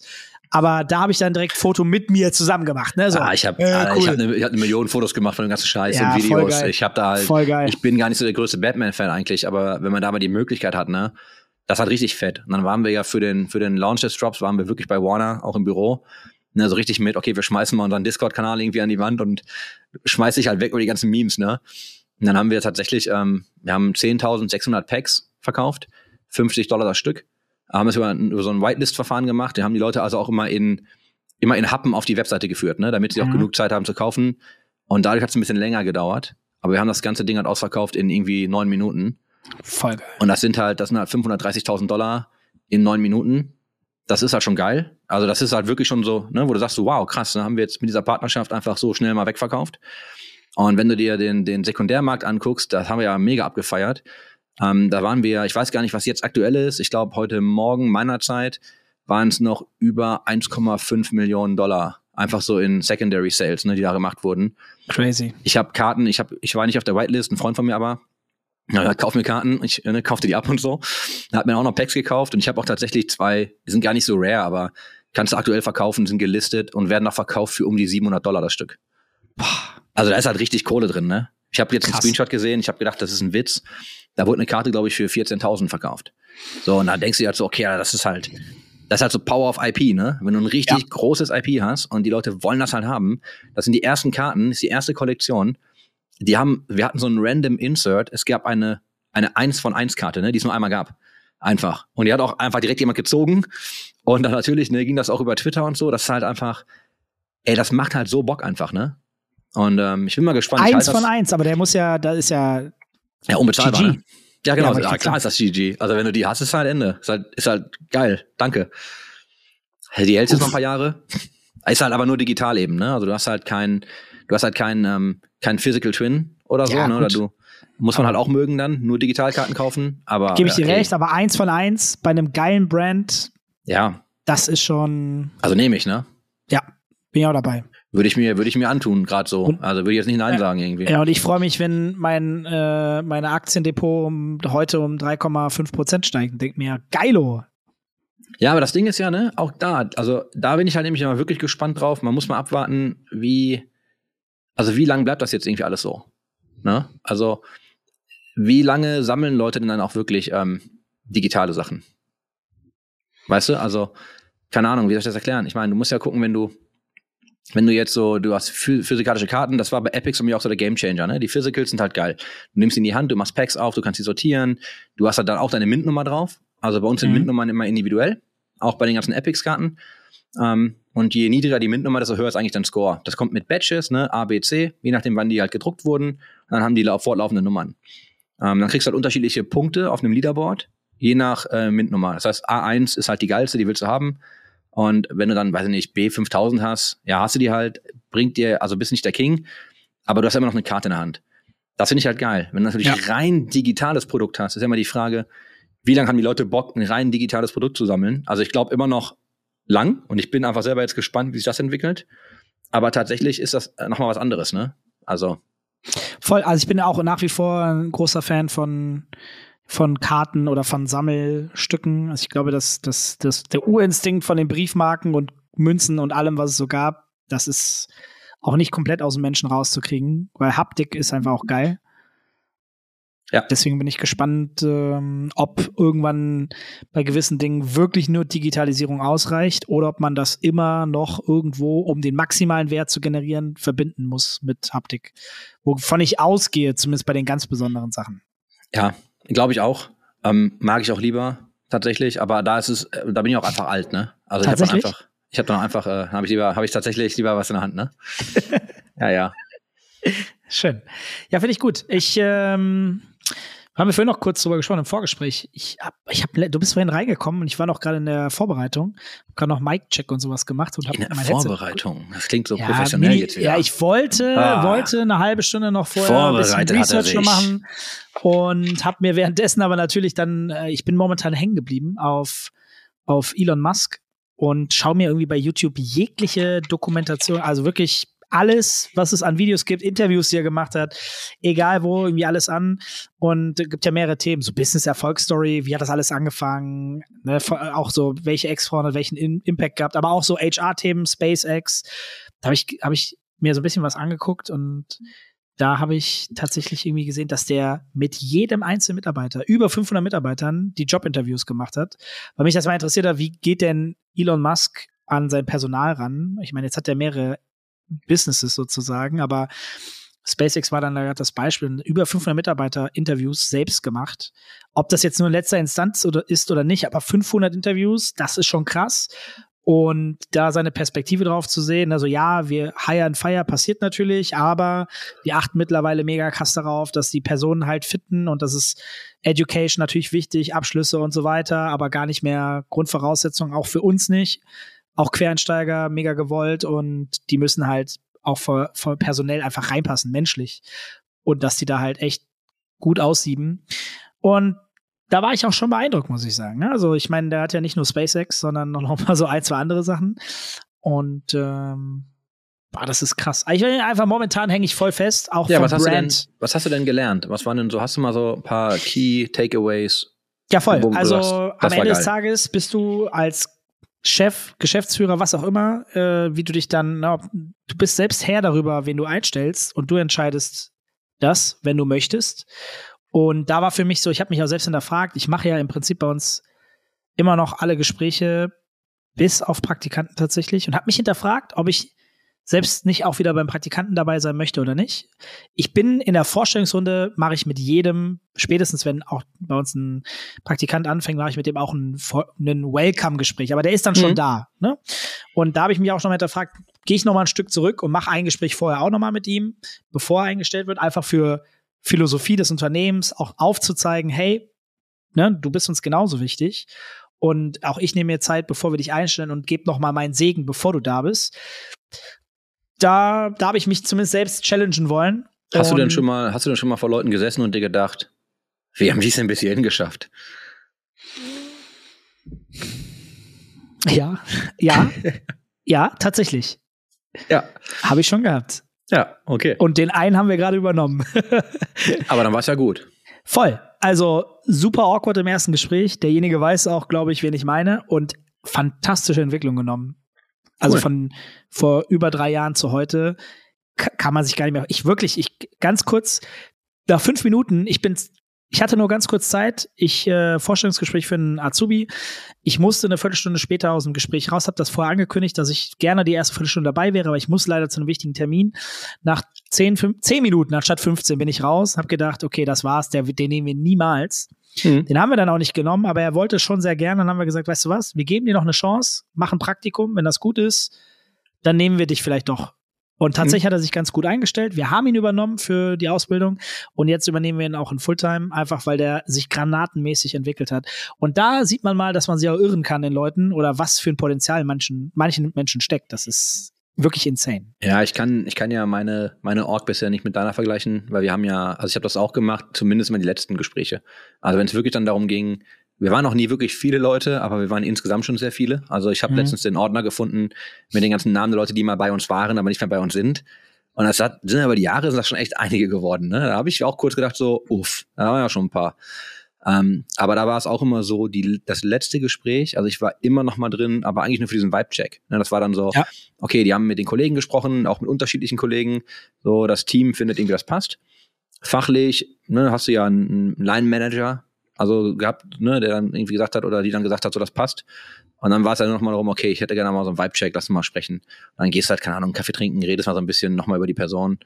Speaker 2: Aber da habe ich dann direkt Foto mit mir zusammen gemacht. Ne? So,
Speaker 3: ich habe eine Million Fotos gemacht von dem ganzen Scheiß und Videos. Ich habe da halt, ich bin gar nicht so der größte Batman-Fan eigentlich, aber wenn man da mal die Möglichkeit hat, ne, das hat richtig fett. Und dann waren wir ja für den Launch des Drops, waren wir wirklich bei Warner, auch im Büro. Ne, so richtig mit, okay, wir schmeißen mal unseren Discord-Kanal irgendwie an die Wand und schmeiß ich halt weg über die ganzen Memes, ne. Und dann haben wir tatsächlich, wir haben 10.600 Packs verkauft, $50 das Stück. Haben es über so ein Whitelist-Verfahren gemacht. Wir haben die Leute also auch immer in Happen auf die Webseite geführt, ne, damit sie auch genug Zeit haben zu kaufen. Und dadurch hat es ein bisschen länger gedauert. Aber wir haben das ganze Ding halt ausverkauft in irgendwie 9 Minuten.
Speaker 2: Voll geil.
Speaker 3: Und das sind halt $530.000 in 9 Minuten. Das ist halt schon geil. Also das ist halt wirklich schon so, ne, wo du sagst so, wow, krass, ne, haben wir jetzt mit dieser Partnerschaft einfach so schnell mal wegverkauft. Und wenn du dir den Sekundärmarkt anguckst, das haben wir ja mega abgefeiert. Da waren wir, ich weiß gar nicht, was jetzt aktuell ist. Ich glaube, heute Morgen meiner Zeit waren es noch über 1,5 Millionen Dollar. Einfach so in Secondary Sales, ne, die da gemacht wurden.
Speaker 2: Crazy.
Speaker 3: Ich habe Karten, ich war nicht auf der Whitelist, ein Freund von mir aber. Ja, kauf mir Karten, ich kaufte die ab und so. Hat mir auch noch Packs gekauft und ich habe auch tatsächlich 2, die sind gar nicht so rare, aber kannst du aktuell verkaufen, sind gelistet und werden noch verkauft für um die $700 das Stück. Also da ist halt richtig Kohle drin, ne? Ich habe jetzt einen Screenshot gesehen, ich habe gedacht, das ist ein Witz. Da wurde eine Karte, glaube ich, für 14.000 verkauft. So, und da denkst du dir halt so, okay, das ist halt so Power of IP, ne? Wenn du ein richtig großes IP hast und die Leute wollen das halt haben, das sind die ersten Karten, das ist die erste Kollektion. Wir hatten so einen Random Insert, es gab eine 1 von 1 Karte, ne, die es nur einmal gab. Einfach. Und die hat auch einfach direkt jemand gezogen. Und dann natürlich, ne, ging das auch über Twitter und so. Das ist halt einfach, das macht halt so Bock einfach, ne? Und ich bin mal gespannt.
Speaker 2: 1 von 1, aber der muss ja, da ist ja
Speaker 3: unbezahlbar.
Speaker 2: GG.
Speaker 3: Ne? Ja, genau. Ja, klar ist das GG. Also wenn du die hast, ist halt Ende. Ist halt geil. Danke. Die hältst jetzt noch ein paar Jahre. Ist halt aber nur digital eben, ne? Also du hast halt kein Physical Twin oder so, ne? Oder muss man halt auch mögen dann, nur Digitalkarten kaufen. Aber
Speaker 2: gebe ich dir recht, aber 1 von 1 bei einem geilen Brand.
Speaker 3: Ja.
Speaker 2: Das ist schon.
Speaker 3: Also nehme ich, ne?
Speaker 2: Ja, bin ich auch dabei.
Speaker 3: Würde ich mir antun, gerade so. Also würde ich jetzt nicht Nein sagen irgendwie.
Speaker 2: Ja, und ich freue mich, wenn meine Aktiendepot heute um 3,5% steigt und denke mir, geilo.
Speaker 3: Ja, aber das Ding ist ja, ne, auch da, also da bin ich halt nämlich immer wirklich gespannt drauf. Man muss mal abwarten, wie lange bleibt das jetzt irgendwie alles so? Ne? Also, wie lange sammeln Leute denn dann auch wirklich digitale Sachen? Weißt du, also, keine Ahnung, wie soll ich das erklären? Ich meine, du musst ja gucken, wenn du jetzt so, du hast physikalische Karten, das war bei Epics für mich auch so der Gamechanger, ne? Die Physicals sind halt geil. Du nimmst sie in die Hand, du machst Packs auf, du kannst sie sortieren, du hast halt dann auch deine Mint-Nummer drauf. Also bei uns sind Mint-Nummern immer individuell, auch bei den ganzen Epics-Karten. Und je niedriger die Mint-Nummer, desto höher ist eigentlich dein Score. Das kommt mit Batches, ne, A, B, C, je nachdem, wann die halt gedruckt wurden. Und dann haben die fortlaufende Nummern. Dann kriegst du halt unterschiedliche Punkte auf einem Leaderboard, je nach Mint-Nummer. Das heißt, A1 ist halt die geilste, die willst du haben. Und wenn du dann, weiß ich nicht, B5000 hast, ja, hast du die halt, bringt dir, also bist nicht der King, aber du hast immer noch eine Karte in der Hand. Das finde ich halt geil. Wenn du natürlich rein digitales Produkt hast, ist ja immer die Frage, wie lange haben die Leute Bock, ein rein digitales Produkt zu sammeln? Also ich glaube immer noch lang und ich bin einfach selber jetzt gespannt, wie sich das entwickelt. Aber tatsächlich ist das nochmal was anderes, ne? Also.
Speaker 2: Voll, also ich bin auch nach wie vor ein großer Fan von Karten oder von Sammelstücken. Also ich glaube, dass der Urinstinkt von den Briefmarken und Münzen und allem, was es so gab, das ist auch nicht komplett aus dem Menschen rauszukriegen, weil Haptik ist einfach auch geil. Ja. Deswegen bin ich gespannt, ob irgendwann bei gewissen Dingen wirklich nur Digitalisierung ausreicht oder ob man das immer noch irgendwo, um den maximalen Wert zu generieren, verbinden muss mit Haptik. Wovon ich ausgehe, zumindest bei den ganz besonderen Sachen.
Speaker 3: Ja, glaube ich auch. Mag ich auch lieber, tatsächlich. Aber da bin ich auch einfach alt, ne? Also habe ich tatsächlich lieber was in der Hand, ne? Ja.
Speaker 2: Schön. Ja, finde ich gut. Haben wir vorhin noch kurz drüber gesprochen im Vorgespräch. Du bist vorhin reingekommen und ich war noch gerade in der Vorbereitung, habe gerade noch Mic-Check und sowas gemacht und habe
Speaker 3: in der Vorbereitung. Das klingt so professionell jetzt wieder.
Speaker 2: Ja, ich wollte eine halbe Stunde noch vorher ein bisschen Research machen und habe mir währenddessen aber natürlich dann, ich bin momentan hängen geblieben auf Elon Musk und schaue mir irgendwie bei YouTube jegliche Dokumentation, also wirklich alles, was es an Videos gibt, Interviews, die er gemacht hat, egal wo, irgendwie alles an. Und es gibt ja mehrere Themen, so Business-Erfolgsstory, wie hat das alles angefangen, ne? Auch so, welche Ex-Frauen hat welchen Impact gehabt, aber auch so HR-Themen, SpaceX. Da hab ich mir so ein bisschen was angeguckt und da habe ich tatsächlich irgendwie gesehen, dass der mit jedem einzelnen Mitarbeiter, über 500 Mitarbeitern, die Jobinterviews gemacht hat. Weil mich das mal interessiert hat, wie geht denn Elon Musk an sein Personal ran? Ich meine, jetzt hat er mehrere Businesses sozusagen, aber SpaceX war dann da das Beispiel, über 500 Mitarbeiter Interviews selbst gemacht. Ob das jetzt nur in letzter Instanz ist oder nicht, aber 500 Interviews, das ist schon krass. Und da seine Perspektive drauf zu sehen, also ja, wir Hire and Fire passiert natürlich, aber wir achten mittlerweile mega krass darauf, dass die Personen halt fitten und das ist Education natürlich wichtig, Abschlüsse und so weiter, aber gar nicht mehr Grundvoraussetzungen, auch für uns nicht. Auch Quereinsteiger mega gewollt und die müssen halt auch voll personell einfach reinpassen, menschlich. Und dass die da halt echt gut aussieben. Und da war ich auch schon beeindruckt, muss ich sagen. Also ich meine, der hat ja nicht nur SpaceX, sondern noch mal so ein, zwei andere Sachen. Und das ist krass. Momentan hänge ich voll fest, auch vom Brand.
Speaker 3: Was hast du denn gelernt? Was waren denn so, hast du mal so ein paar Key Takeaways?
Speaker 2: Ja, voll. Also am Ende des Tages bist du als Chef, Geschäftsführer, was auch immer, wie du dich dann, du bist selbst Herr darüber, wen du einstellst und du entscheidest das, wenn du möchtest. Und da war für mich so, ich habe mich auch selbst hinterfragt, ich mache ja im Prinzip bei uns immer noch alle Gespräche bis auf Praktikanten tatsächlich und habe mich hinterfragt, ob ich selbst nicht auch wieder beim Praktikanten dabei sein möchte oder nicht. Ich bin in der Vorstellungsrunde, mache ich mit jedem, spätestens wenn auch bei uns ein Praktikant anfängt, mache ich mit dem auch ein Welcome-Gespräch, aber der ist dann schon da. Ne? Und da habe ich mich auch schon mal hinterfragt, gehe ich noch mal ein Stück zurück und mache ein Gespräch vorher auch noch mal mit ihm, bevor er eingestellt wird, einfach für Philosophie des Unternehmens auch aufzuzeigen, hey, ne, du bist uns genauso wichtig und auch ich nehme mir Zeit, bevor wir dich einstellen und gebe noch mal meinen Segen, bevor du da bist. Da habe ich mich zumindest selbst challengen wollen.
Speaker 3: Hast du denn schon mal vor Leuten gesessen und dir gedacht, wie haben die es denn bis hierhin geschafft?
Speaker 2: Ja, tatsächlich.
Speaker 3: Ja.
Speaker 2: Habe ich schon gehabt.
Speaker 3: Ja, okay.
Speaker 2: Und den einen haben wir gerade übernommen.
Speaker 3: Aber dann war es ja gut.
Speaker 2: Voll. Also super awkward im ersten Gespräch. Derjenige weiß auch, glaube ich, wen ich meine. Und fantastische Entwicklung genommen. Also von vor über 3 Jahren zu heute kann man sich gar nicht mehr. Ganz kurz, nach 5 Minuten, ich hatte nur ganz kurz Zeit. Vorstellungsgespräch für einen Azubi. Ich musste eine Viertelstunde später aus dem Gespräch raus, habe das vorher angekündigt, dass ich gerne die erste Viertelstunde dabei wäre, aber ich muss leider zu einem wichtigen Termin. Nach 10 Minuten anstatt 15 bin ich raus, habe gedacht, okay, das war's, den nehmen wir niemals. Den haben wir dann auch nicht genommen, aber er wollte schon sehr gerne. Dann haben wir gesagt, weißt du was, wir geben dir noch eine Chance, mach ein Praktikum, wenn das gut ist, dann nehmen wir dich vielleicht doch. Und tatsächlich hat er sich ganz gut eingestellt. Wir haben ihn übernommen für die Ausbildung und jetzt übernehmen wir ihn auch in Fulltime, einfach weil der sich granatenmäßig entwickelt hat. Und da sieht man mal, dass man sich auch irren kann in Leuten oder was für ein Potenzial in manchen Menschen steckt. Das ist wirklich insane.
Speaker 3: Ja, ich kann ja meine Org bisher nicht mit deiner vergleichen, weil wir haben ja, also ich habe das auch gemacht, zumindest mal die letzten Gespräche. Also wenn es wirklich dann darum ging, wir waren noch nie wirklich viele Leute, aber wir waren insgesamt schon sehr viele. Also ich habe letztens den Ordner gefunden mit den ganzen Namen der Leute, die mal bei uns waren, aber nicht mehr bei uns sind. Und sind über die Jahre sind das schon echt einige geworden. Ne? Da habe ich auch kurz gedacht so, da waren ja schon ein paar. Aber da war es auch immer so, das letzte Gespräch, also ich war immer noch mal drin, aber eigentlich nur für diesen Vibe-Check. Ne? Das war dann so, okay, die haben mit den Kollegen gesprochen, auch mit unterschiedlichen Kollegen. So, das Team findet irgendwie, das passt. Fachlich, ne, hast du ja einen Line-Manager, also gehabt, ne, der dann irgendwie gesagt hat oder die dann gesagt hat, so das passt. Und dann war es dann nochmal darum, okay, ich hätte gerne mal so einen Vibe-Check, lass uns mal sprechen. Und dann gehst du halt, keine Ahnung, einen Kaffee trinken, redest mal so ein bisschen nochmal über die Person,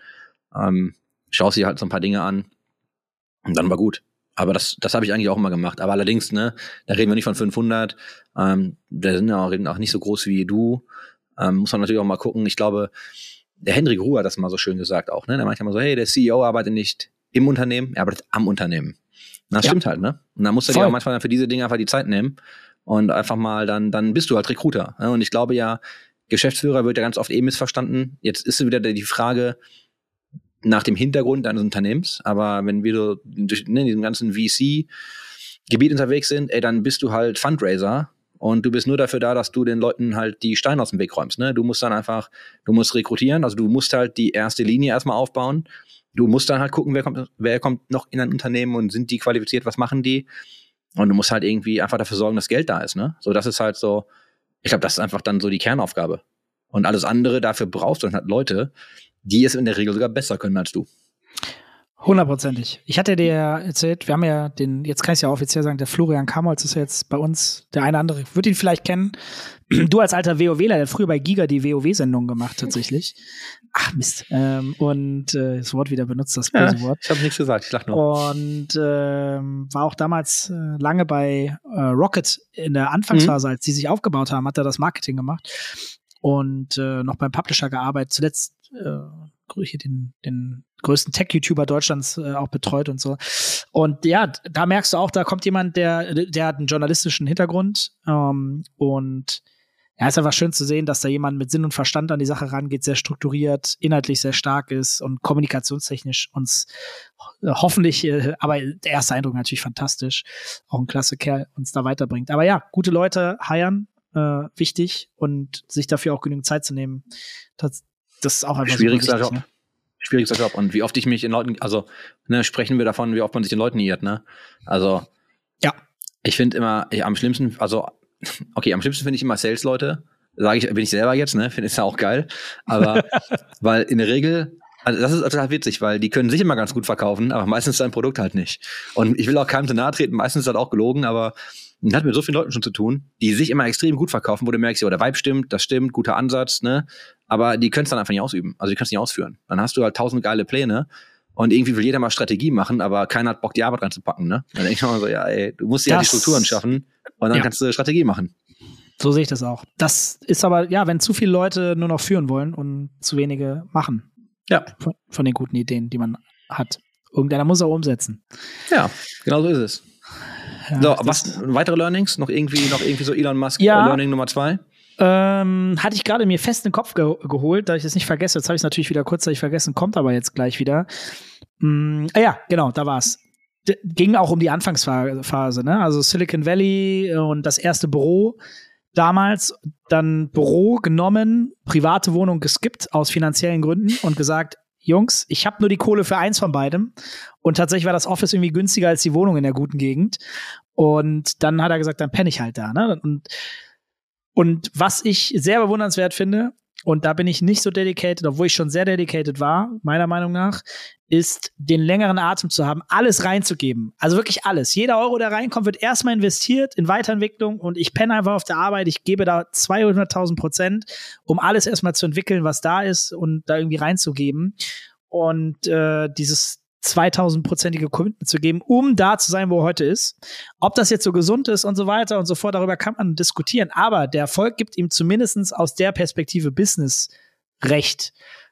Speaker 3: schaust dir halt so ein paar Dinge an und dann war gut. Aber das habe ich eigentlich auch immer gemacht. Aber allerdings, ne, da reden wir nicht von 500, da sind ja auch nicht so groß wie du. Muss man natürlich auch mal gucken. Ich glaube, der Hendrik Ruhr hat das mal so schön gesagt auch, ne? Der meinte immer so, hey, der CEO arbeitet nicht im Unternehmen, er arbeitet am Unternehmen. Das stimmt halt, ne? Und dann musst du dir auch manchmal für diese Dinge einfach die Zeit nehmen und einfach mal, dann bist du halt Recruiter. Ne? Und ich glaube ja, Geschäftsführer wird ja ganz oft missverstanden. Jetzt ist wieder die Frage nach dem Hintergrund deines Unternehmens. Aber wenn wir so in diesem ganzen VC-Gebiet unterwegs sind, dann bist du halt Fundraiser und du bist nur dafür da, dass du den Leuten halt die Steine aus dem Weg räumst, ne? Du musst rekrutieren, also du musst halt die erste Linie erstmal aufbauen. Du musst dann halt gucken, wer kommt noch in ein Unternehmen und sind die qualifiziert, was machen die? Und du musst halt irgendwie einfach dafür sorgen, dass Geld da ist, ne? So, das ist halt so, ich glaube, das ist einfach dann so die Kernaufgabe. Und alles andere, dafür brauchst du dann halt Leute, die es in der Regel sogar besser können als du.
Speaker 2: 100%. Ich hatte dir ja erzählt, wir haben ja jetzt kann ich es ja offiziell sagen, der Florian Kamholz ist ja jetzt bei uns, der eine andere, wird ihn vielleicht kennen. Du als alter WoWler, der hat früher bei Giga die WoW-Sendung gemacht, tatsächlich. Ach, Mist. Das Wort wieder benutzt, das böse Wort.
Speaker 3: Ich habe nichts gesagt, ich lach nur.
Speaker 2: Und war auch damals lange bei Rocket in der Anfangsphase, als die sich aufgebaut haben, hat er das Marketing gemacht. Und noch beim Publisher gearbeitet. Zuletzt hier den größten Tech-YouTuber Deutschlands auch betreut und so. Und ja, da merkst du auch, da kommt jemand, der hat einen journalistischen Hintergrund. Und ja, ist einfach schön zu sehen, dass da jemand mit Sinn und Verstand an die Sache rangeht, sehr strukturiert, inhaltlich sehr stark ist und kommunikationstechnisch uns hoffentlich, aber der erste Eindruck natürlich fantastisch, auch ein klasse Kerl, uns da weiterbringt. Aber ja, gute Leute hiren, wichtig, und sich dafür auch genügend Zeit zu nehmen, das ist auch einfach
Speaker 3: schwierigster Job. Ne? Schwierigster Job. Und wie oft ich mich in Leuten, also sprechen wir davon, wie oft man sich den Leuten irrt, ne? Also
Speaker 2: ja,
Speaker 3: ich finde immer, am schlimmsten finde ich immer Sales-Leute. Bin ich selber jetzt, ne? Finde ich ja auch geil. Aber weil in der Regel, also das ist total witzig, weil die können sich immer ganz gut verkaufen, aber meistens sein Produkt halt nicht. Und ich will auch keinem zu nahe treten, meistens ist das auch gelogen, aber man hat mit so vielen Leuten schon zu tun, die sich immer extrem gut verkaufen, wo du merkst, ja, der Vibe stimmt, das stimmt, guter Ansatz, ne? Aber die können es dann einfach nicht ausüben. Also die können es nicht ausführen. Dann hast du halt 1000 geile Pläne und irgendwie will jeder mal Strategie machen, aber keiner hat Bock, die Arbeit reinzupacken, ne? Dann denke ich mal so, ja, ey, du musst ja die Strukturen schaffen und dann kannst du Strategie machen.
Speaker 2: So sehe ich das auch. Das ist aber, ja, wenn zu viele Leute nur noch führen wollen und zu wenige machen.
Speaker 3: Ja.
Speaker 2: Von den guten Ideen, die man hat. Irgendeiner muss auch umsetzen.
Speaker 3: Ja, genau so ist es. Ja, so, was weitere Learnings? Noch irgendwie so Elon Musk Learning Nummer 2?
Speaker 2: Hatte ich gerade mir fest in den Kopf geholt, da ich das nicht vergesse. Jetzt habe ich es natürlich wieder kurzzeitig vergessen, kommt aber jetzt gleich wieder. Ja, genau, da war's. Ging auch um die Anfangsphase, ne? Also Silicon Valley und das erste Büro damals, dann Büro genommen, private Wohnung geskippt aus finanziellen Gründen und gesagt, Jungs, ich habe nur die Kohle für eins von beidem. Und tatsächlich war das Office irgendwie günstiger als die Wohnung in der guten Gegend. Und dann hat er gesagt, dann penne ich halt da. Ne? Und was ich sehr bewundernswert finde, und da bin ich nicht so dedicated, obwohl ich schon sehr dedicated war, meiner Meinung nach, ist, den längeren Atem zu haben, alles reinzugeben. Also wirklich alles. Jeder Euro, der reinkommt, wird erstmal investiert in Weiterentwicklung und ich penne einfach auf der Arbeit. Ich gebe da 200.000%, um alles erstmal zu entwickeln, was da ist und da irgendwie reinzugeben. Und dieses 2000%ige Commitment zu geben, um da zu sein, wo er heute ist. Ob das jetzt so gesund ist und so weiter und so fort, darüber kann man diskutieren. Aber der Erfolg gibt ihm zumindest aus der Perspektive Business recht.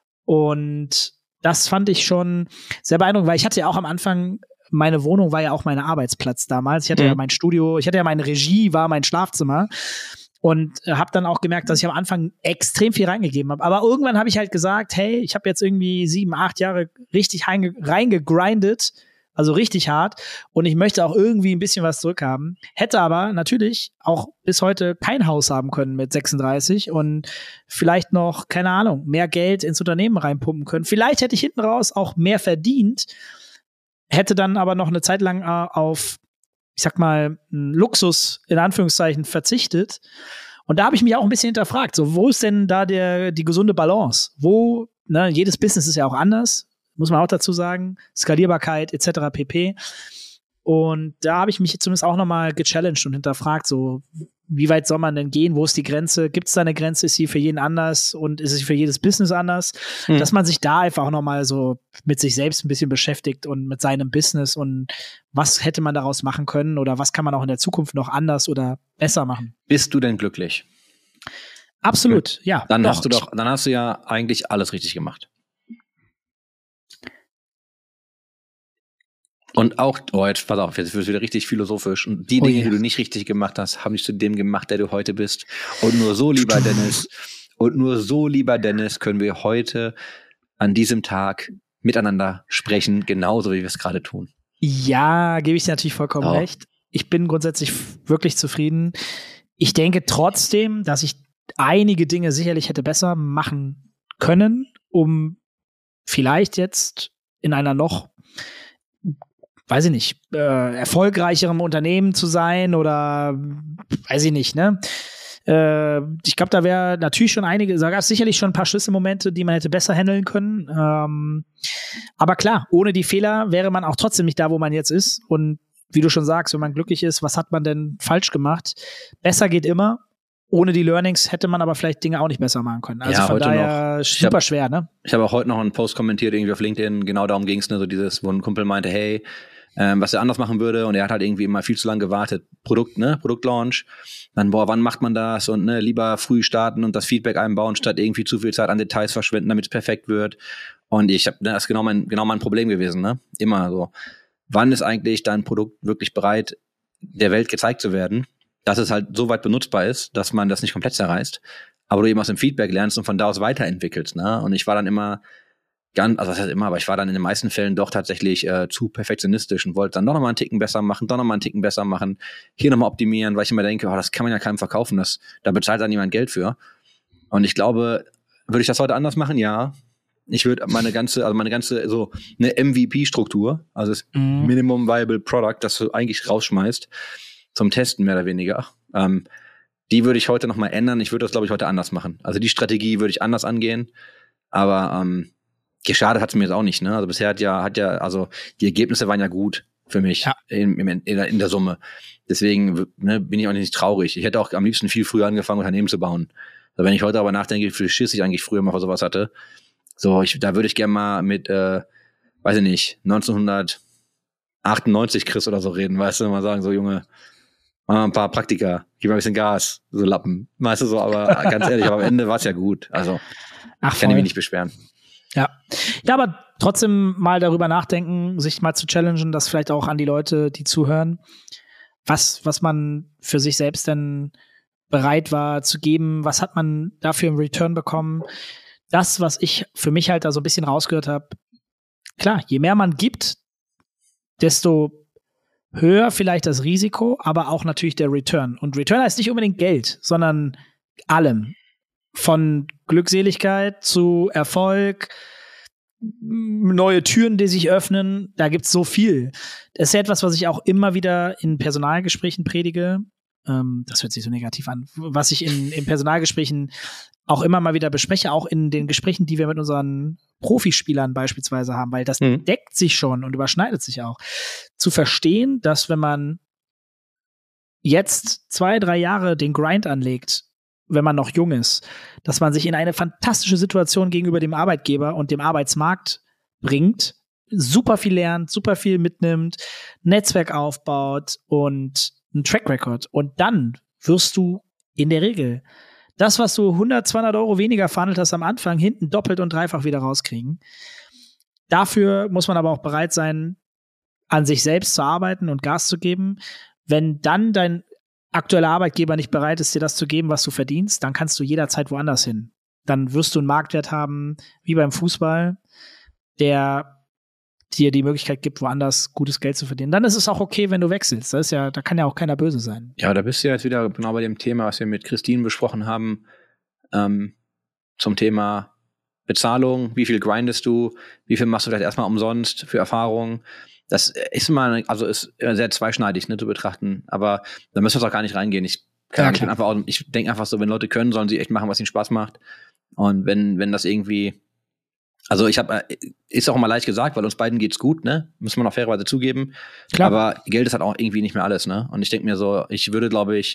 Speaker 2: Und das fand ich schon sehr beeindruckend, weil ich hatte ja auch am Anfang, meine Wohnung war ja auch mein Arbeitsplatz damals. Ich hatte ja mein Studio, ich hatte ja meine Regie, war mein Schlafzimmer. Und habe dann auch gemerkt, dass ich am Anfang extrem viel reingegeben habe. Aber irgendwann habe ich halt gesagt, hey, ich habe jetzt irgendwie 7, 8 Jahre richtig reingegrindet, also richtig hart. Und ich möchte auch irgendwie ein bisschen was zurückhaben. Hätte aber natürlich auch bis heute kein Haus haben können mit 36 und vielleicht noch, keine Ahnung, mehr Geld ins Unternehmen reinpumpen können. Vielleicht hätte ich hinten raus auch mehr verdient, hätte dann aber noch eine Zeit lang auf, ich sag mal, Luxus in Anführungszeichen verzichtet. Und da habe ich mich auch ein bisschen hinterfragt, so, wo ist denn da die gesunde Balance? Wo, ne, jedes Business ist ja auch anders, muss man auch dazu sagen, Skalierbarkeit etc. pp. Und da habe ich mich zumindest auch nochmal gechallenged und hinterfragt, so, wie weit soll man denn gehen? Wo ist die Grenze? Gibt es da eine Grenze? Ist sie für jeden anders? Und ist sie für jedes Business anders? Dass man sich da einfach auch nochmal so mit sich selbst ein bisschen beschäftigt und mit seinem Business und was hätte man daraus machen können oder was kann man auch in der Zukunft noch anders oder besser machen?
Speaker 3: Bist du denn glücklich?
Speaker 2: Absolut, ja.
Speaker 3: Dann hast du ja eigentlich alles richtig gemacht. Und auch, jetzt pass auf, jetzt wird es wieder richtig philosophisch. Und die Dinge, die du nicht richtig gemacht hast, haben dich zu dem gemacht, der du heute bist. Und nur so, lieber Dennis, können wir heute an diesem Tag miteinander sprechen, genauso wie wir es gerade tun.
Speaker 2: Ja, gebe ich dir natürlich vollkommen recht. Ich bin grundsätzlich wirklich zufrieden. Ich denke trotzdem, dass ich einige Dinge sicherlich hätte besser machen können, um vielleicht jetzt in einer noch, weiß ich nicht, erfolgreicherem Unternehmen zu sein oder weiß ich nicht, ne? Ich glaube, da wäre natürlich schon da gab es sicherlich schon ein paar Schlüsselmomente, die man hätte besser handeln können. Aber klar, ohne die Fehler wäre man auch trotzdem nicht da, wo man jetzt ist. Und wie du schon sagst, wenn man glücklich ist, was hat man denn falsch gemacht? Besser geht immer. Ohne die Learnings hätte man aber vielleicht Dinge auch nicht besser machen können. Also von daher super schwer, ne?
Speaker 3: Ich habe auch heute noch einen Post kommentiert, irgendwie auf LinkedIn, genau darum ging es, ne, so dieses, wo ein Kumpel meinte, hey, was er anders machen würde, und er hat halt irgendwie immer viel zu lange gewartet. Produktlaunch, dann, wann macht man das, und ne, lieber früh starten und das Feedback einbauen, statt irgendwie zu viel Zeit an Details verschwenden, damit es perfekt wird. Und das ist genau mein Problem gewesen, ne? Immer so. Wann ist eigentlich dein Produkt wirklich bereit, der Welt gezeigt zu werden, dass es halt so weit benutzbar ist, dass man das nicht komplett zerreißt, aber du eben aus dem Feedback lernst und von da aus weiterentwickelst, ne? Und ich war dann immer also das heißt immer, aber ich war dann in den meisten Fällen doch tatsächlich zu perfektionistisch und wollte dann doch nochmal einen Ticken besser machen, hier nochmal optimieren, weil ich immer denke, das kann man ja keinem verkaufen, da bezahlt dann niemand Geld für. Und ich glaube, würde ich das heute anders machen? Ja. Ich würde meine ganze so eine MVP-Struktur, also das Minimum Viable Product, das du eigentlich rausschmeißt, zum Testen mehr oder weniger, die würde ich heute nochmal ändern. Ich würde das, glaube ich, heute anders machen. Also die Strategie würde ich anders angehen, aber geschadet hat es mir jetzt auch nicht, ne? Also bisher also die Ergebnisse waren ja gut für mich in der Summe. Deswegen bin ich auch nicht traurig. Ich hätte auch am liebsten viel früher angefangen, Unternehmen zu bauen. Also wenn ich heute aber nachdenke, wie viel Schiss ich eigentlich früher mal vor sowas hatte, da würde ich gerne mal mit, weiß ich nicht, 1998 Chris oder so reden, weißt du, mal sagen, so Junge, mach mal ein paar Praktika, gib mal ein bisschen Gas, so Lappen, weißt du so, aber ganz ehrlich, aber am Ende war es ja gut, also ich kann mich nicht beschweren.
Speaker 2: Ja, aber trotzdem mal darüber nachdenken, sich mal zu challengen, das vielleicht auch an die Leute, die zuhören, was man für sich selbst denn bereit war zu geben, was hat man dafür im Return bekommen. Das, was ich für mich halt da so ein bisschen rausgehört habe, klar, je mehr man gibt, desto höher vielleicht das Risiko, aber auch natürlich der Return. Und Return heißt nicht unbedingt Geld, sondern allem. Von Glückseligkeit zu Erfolg, neue Türen, die sich öffnen, da gibt's so viel. Das ist ja etwas, was ich auch immer wieder in Personalgesprächen predige. Das hört sich so negativ an. Was ich in Personalgesprächen auch immer mal wieder bespreche, auch in den Gesprächen, die wir mit unseren Profispielern beispielsweise haben, weil das deckt sich schon und überschneidet sich auch. Zu verstehen, dass wenn man jetzt 2-3 Jahre den Grind anlegt, wenn man noch jung ist, dass man sich in eine fantastische Situation gegenüber dem Arbeitgeber und dem Arbeitsmarkt bringt, super viel lernt, super viel mitnimmt, Netzwerk aufbaut und einen Track Record. Und dann wirst du in der Regel das, was du 100, 200 Euro weniger verhandelt hast am Anfang, hinten doppelt und dreifach wieder rauskriegen. Dafür muss man aber auch bereit sein, an sich selbst zu arbeiten und Gas zu geben. Wenn dann dein aktueller Arbeitgeber nicht bereit ist, dir das zu geben, was du verdienst, dann kannst du jederzeit woanders hin. Dann wirst du einen Marktwert haben, wie beim Fußball, der dir die Möglichkeit gibt, woanders gutes Geld zu verdienen. Dann ist es auch okay, wenn du wechselst. Da kann ja auch keiner böse sein.
Speaker 3: Ja, da bist du jetzt wieder genau bei dem Thema, was wir mit Christine besprochen haben, zum Thema Bezahlung. Wie viel grindest du? Wie viel machst du vielleicht erstmal umsonst für Erfahrung? Das ist ist sehr zweischneidig, ne, zu betrachten. Aber da müssen wir auch gar nicht reingehen. Ich denke einfach so, wenn Leute können, sollen sie echt machen, was ihnen Spaß macht. Und wenn das irgendwie, also ist auch immer leicht gesagt, weil uns beiden geht's gut, ne? Muss man auch fairerweise zugeben. Klar. Aber Geld ist halt auch irgendwie nicht mehr alles, ne? Und ich denke mir so, ich würde, glaube ich,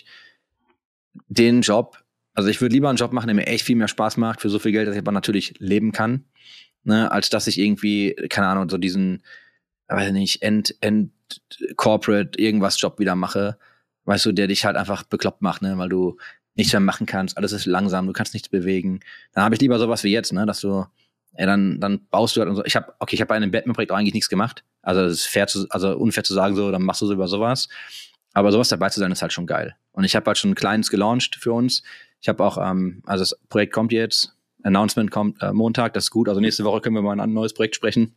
Speaker 3: den Job, also ich würde lieber einen Job machen, der mir echt viel mehr Spaß macht, für so viel Geld, dass ich aber natürlich leben kann, ne? Als dass ich irgendwie, keine Ahnung, so diesen, weiß nicht, Corporate irgendwas Job wieder mache, weißt du, der dich halt einfach bekloppt macht, ne, weil du nichts mehr machen kannst, alles ist langsam, du kannst nichts bewegen. Dann habe ich lieber sowas wie jetzt, ne, dass du, dann baust du halt und so. Ich habe bei einem Batman-Projekt auch eigentlich nichts gemagemacht. Also es ist unfair zu sagen, so, dann machst du so über sowas. Aber sowas dabei zu sein, ist halt schon geil. Und ich habe halt schon ein kleines gelauncht für uns. Ich habe auch, also das Projekt kommt jetzt, Announcement kommt Montag, das ist gut. Also nächste Woche können wir mal ein neues Projekt sprechen.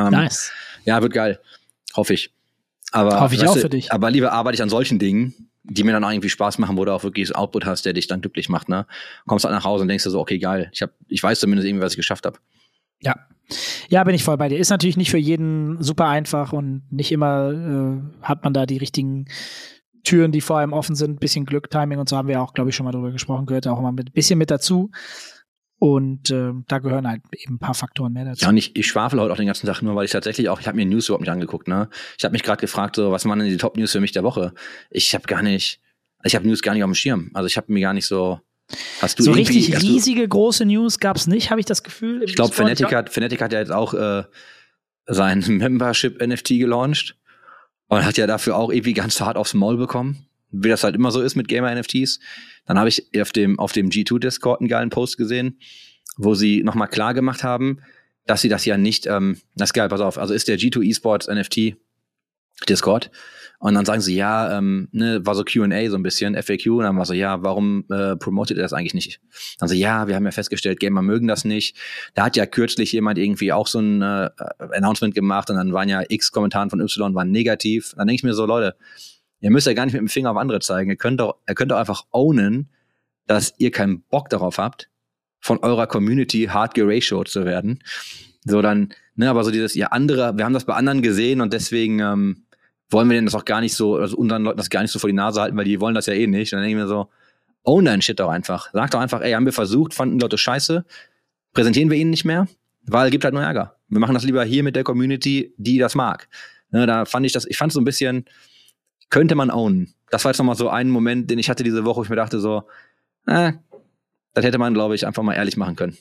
Speaker 2: Nice.
Speaker 3: Ja, wird geil. Hoffe ich. Aber
Speaker 2: hoffe ich auch für dich.
Speaker 3: Aber lieber arbeite ich an solchen Dingen, die mir dann auch irgendwie Spaß machen, wo du auch wirklich das Output hast, der dich dann glücklich macht, ne? Kommst halt nach Hause und denkst dir so, okay, geil, ich weiß zumindest irgendwie, was ich geschafft habe.
Speaker 2: Ja, bin ich voll bei dir. Ist natürlich nicht für jeden super einfach und nicht immer hat man da die richtigen Türen, die vor allem offen sind. Bisschen Glück, Timing und so haben wir auch, glaube ich, schon mal drüber gesprochen, gehört auch immer ein bisschen mit dazu. Und da gehören halt eben ein paar Faktoren mehr dazu.
Speaker 3: Ja, und ich schwafel heute auch den ganzen Tag nur, weil ich habe mir News überhaupt nicht angeguckt, ne? Ich habe mich gerade gefragt, so, was waren denn die Top-News für mich der Woche? Ich habe News gar nicht auf dem Schirm. Also ich habe mir gar nicht so. Hast du
Speaker 2: so richtig riesige, große News gab's nicht, habe ich das Gefühl.
Speaker 3: Ich glaube, Fnatic hat ja jetzt auch sein Membership-NFT gelauncht und hat ja dafür auch irgendwie ganz hart aufs Maul bekommen, wie das halt immer so ist mit Gamer-NFTs. Dann habe ich auf dem G2-Discord einen geilen Post gesehen, wo sie nochmal klar gemacht haben, dass sie das ja nicht, das ist geil, pass auf, also ist der G2 Esports NFT Discord und dann sagen sie, ja, war so Q&A so ein bisschen, FAQ, und dann war so, ja, warum promotet ihr das eigentlich nicht? Dann so, ja, wir haben ja festgestellt, Gamer mögen das nicht. Da hat ja kürzlich jemand irgendwie auch so ein Announcement gemacht und dann waren ja X Kommentaren von Y waren negativ. Dann denke ich mir so, Leute, ihr müsst ja gar nicht mit dem Finger auf andere zeigen. Ihr könnt doch einfach ownen, dass ihr keinen Bock darauf habt, von eurer Community hart geratioed zu werden. So dann, ne, aber so dieses, wir haben das bei anderen gesehen und deswegen wollen wir denen das auch gar nicht so, also unseren Leuten das gar nicht so vor die Nase halten, weil die wollen das ja eh nicht. Und dann denke ich mir so, own dein Shit doch einfach. Sag doch einfach, ey, haben wir versucht, fanden die Leute scheiße, präsentieren wir ihnen nicht mehr, weil gibt halt nur Ärger. Wir machen das lieber hier mit der Community, die das mag. Ne, da fand ich fand so ein bisschen, könnte man ownen. Das war jetzt nochmal so ein Moment, den ich hatte diese Woche, wo ich mir dachte so, das hätte man, glaube ich, einfach mal ehrlich machen können.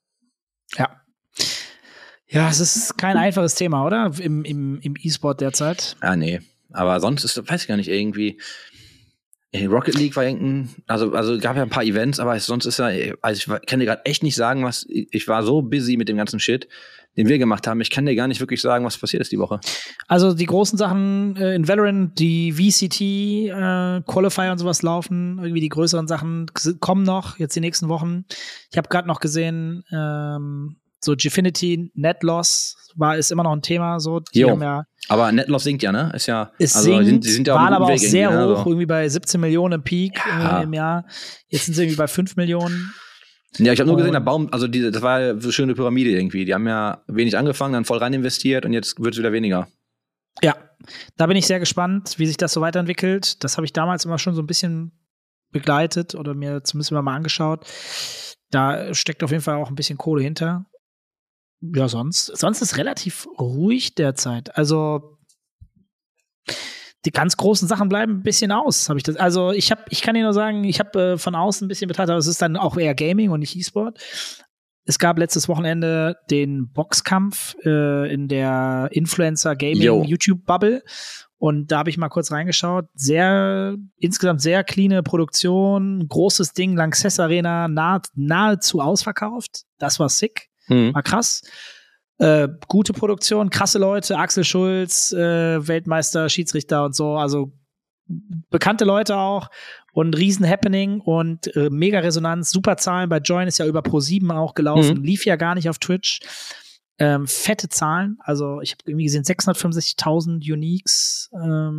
Speaker 2: Ja, es ist kein einfaches Thema, oder? Im E-Sport derzeit.
Speaker 3: Ah, nee. Aber sonst weiß ich gar nicht, irgendwie. Rocket League war also gab ja ein paar Events, aber sonst ist ich kann dir gerade echt nicht sagen, ich war so busy mit dem ganzen Shit, den wir gemacht haben. Ich kann dir gar nicht wirklich sagen, was passiert ist die Woche.
Speaker 2: Also die großen Sachen in Valorant, die VCT, Qualifier und sowas laufen, irgendwie die größeren Sachen kommen noch, jetzt die nächsten Wochen. Ich habe gerade noch gesehen, so Gfinity, Netloss ist immer noch ein Thema. So. Die haben ja,
Speaker 3: aber Netloss sinkt ja, ne? Ist ja,
Speaker 2: die sind ja waren aber auch sehr hoch, also. Irgendwie bei 17 Millionen im Peak im Jahr. Jetzt sind sie irgendwie bei 5 Millionen.
Speaker 3: Ja, ich habe nur gesehen, der Baum, also das war ja eine schöne Pyramide irgendwie. Die haben ja wenig angefangen, dann voll rein investiert und jetzt wird es wieder weniger.
Speaker 2: Ja, da bin ich sehr gespannt, wie sich das so weiterentwickelt. Das habe ich damals immer schon so ein bisschen begleitet oder mir zumindest mal angeschaut. Da steckt auf jeden Fall auch ein bisschen Kohle hinter. Ja, sonst ist relativ ruhig derzeit. Also die ganz großen Sachen bleiben ein bisschen aus, habe ich das. Also ich kann dir nur sagen, ich habe von außen ein bisschen betrachtet, aber es ist dann auch eher Gaming und nicht E-Sport. Es gab letztes Wochenende den Boxkampf in der Influencer-Gaming-YouTube-Bubble. Und da habe ich mal kurz reingeschaut. Insgesamt sehr cleane Produktion, großes Ding, Lanxess Arena, nahezu ausverkauft. Das war sick. War krass. Gute Produktion, krasse Leute, Axel Schulz, Weltmeister, Schiedsrichter und so, also bekannte Leute auch und riesen Happening und mega Resonanz, super Zahlen, bei Join ist ja über Pro7 auch gelaufen, lief ja gar nicht auf Twitch. Fette Zahlen, also ich habe irgendwie gesehen 665.000 Uniques,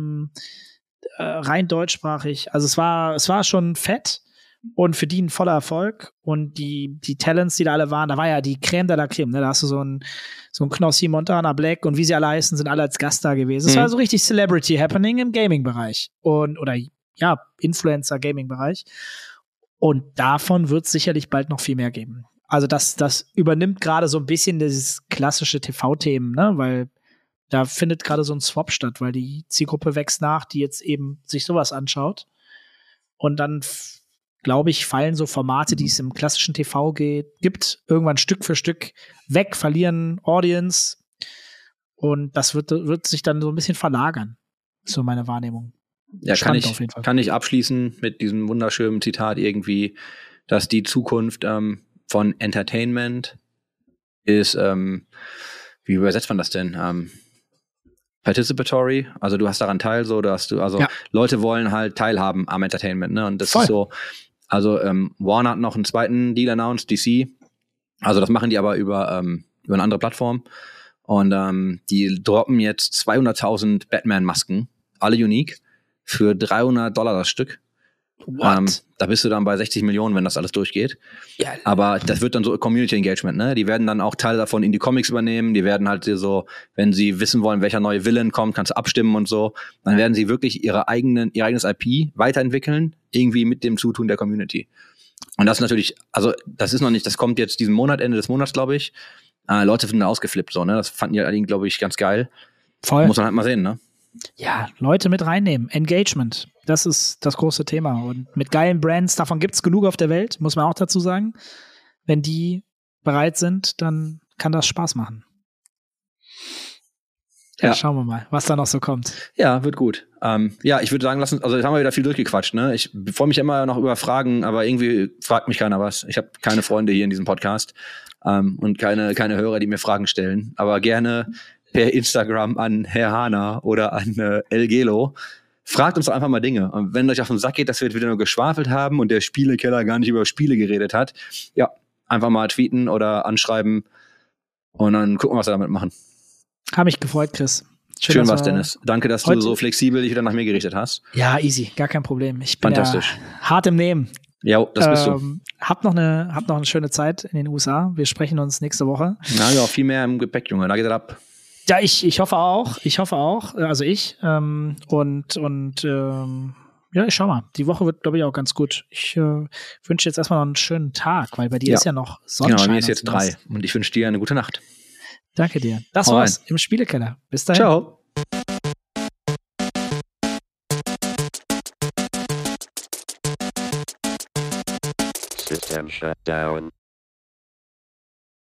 Speaker 2: rein deutschsprachig, also es war schon fett. Und für die ein voller Erfolg. Und die Talents, die da alle waren, da war ja die Crème de la Crème, ne? Da hast du so ein Knossi, Montana Black und wie sie alle heißen, sind alle als Gast da gewesen. Es war so richtig Celebrity Happening im Gaming-Bereich. Oder Influencer-Gaming-Bereich. Und davon wird es sicherlich bald noch viel mehr geben. Also das übernimmt gerade so ein bisschen dieses klassische TV-Themen, ne? Weil da findet gerade so ein Swap statt, weil die Zielgruppe wächst nach, die jetzt eben sich sowas anschaut. Und dann glaube ich, fallen so Formate, die es im klassischen TV gibt, irgendwann Stück für Stück weg, verlieren Audience und das wird sich dann so ein bisschen verlagern. So meine Wahrnehmung.
Speaker 3: Ja, kann ich abschließen mit diesem wunderschönen Zitat irgendwie, dass die Zukunft von Entertainment ist, wie übersetzt man das denn? Participatory, also du hast daran teil, Leute wollen halt teilhaben am Entertainment, ne? Und das ist so, also Warner hat noch einen zweiten Deal announced, DC. Also das machen die aber über eine andere Plattform. Und die droppen jetzt 200.000 Batman-Masken, alle unique. für $300 das Stück. Da bist du dann bei 60 Millionen, wenn das alles durchgeht. Ja. Aber das wird dann so Community Engagement, ne? Die werden dann auch Teile davon in die Comics übernehmen. Die werden halt so, wenn sie wissen wollen, welcher neue Villain kommt, kannst du abstimmen und so. Dann werden sie wirklich ihr eigenes IP weiterentwickeln, irgendwie mit dem Zutun der Community. Und das ist natürlich, also das ist noch nicht, das kommt jetzt diesen Monat, Ende des Monats, glaube ich. Leute sind da ausgeflippt, so, ne? Das fanden die allerdings, glaube ich, ganz geil.
Speaker 2: Voll.
Speaker 3: Muss man halt mal sehen, ne?
Speaker 2: Ja, Leute mit reinnehmen. Engagement. Das ist das große Thema. Und mit geilen Brands, davon gibt es genug auf der Welt, muss man auch dazu sagen. Wenn die bereit sind, dann kann das Spaß machen. Ja, schauen wir mal, was da noch so kommt.
Speaker 3: Ja, wird gut. Ja, ich würde sagen, jetzt haben wir wieder viel durchgequatscht, ne? Ich freue mich immer noch über Fragen, aber irgendwie fragt mich keiner was. Ich habe keine Freunde hier in diesem Podcast und keine Hörer, die mir Fragen stellen. Aber gerne per Instagram an Herr Hahner oder an El Gelo. Fragt uns doch einfach mal Dinge. Und wenn euch auf den Sack geht, dass wir jetzt wieder nur geschwafelt haben und der Spielekeller gar nicht über Spiele geredet hat, ja, einfach mal tweeten oder anschreiben und dann gucken, was wir damit machen.
Speaker 2: Habe mich gefreut, Chris.
Speaker 3: Schön war's, Dennis. Danke, dass du so flexibel dich wieder nach mir gerichtet hast.
Speaker 2: Ja, easy. Gar kein Problem. Ich bin ja hart im Nehmen.
Speaker 3: Ja, das bist du.
Speaker 2: Hab noch eine schöne Zeit in den USA. Wir sprechen uns nächste Woche.
Speaker 3: Na ja, viel mehr im Gepäck, Junge. Da geht es ab.
Speaker 2: Ja, ich hoffe auch. Also ich. Ja, ich schau mal. Die Woche wird, glaube ich, auch ganz gut. Ich wünsche jetzt erstmal noch einen schönen Tag, weil bei dir ist ja noch Sonnenschein.
Speaker 3: Genau, bei mir ist jetzt 3 und ich wünsche dir eine gute Nacht.
Speaker 2: Danke dir. Das war's im Spielekeller. Bis dahin.
Speaker 3: Ciao.
Speaker 1: System shut down.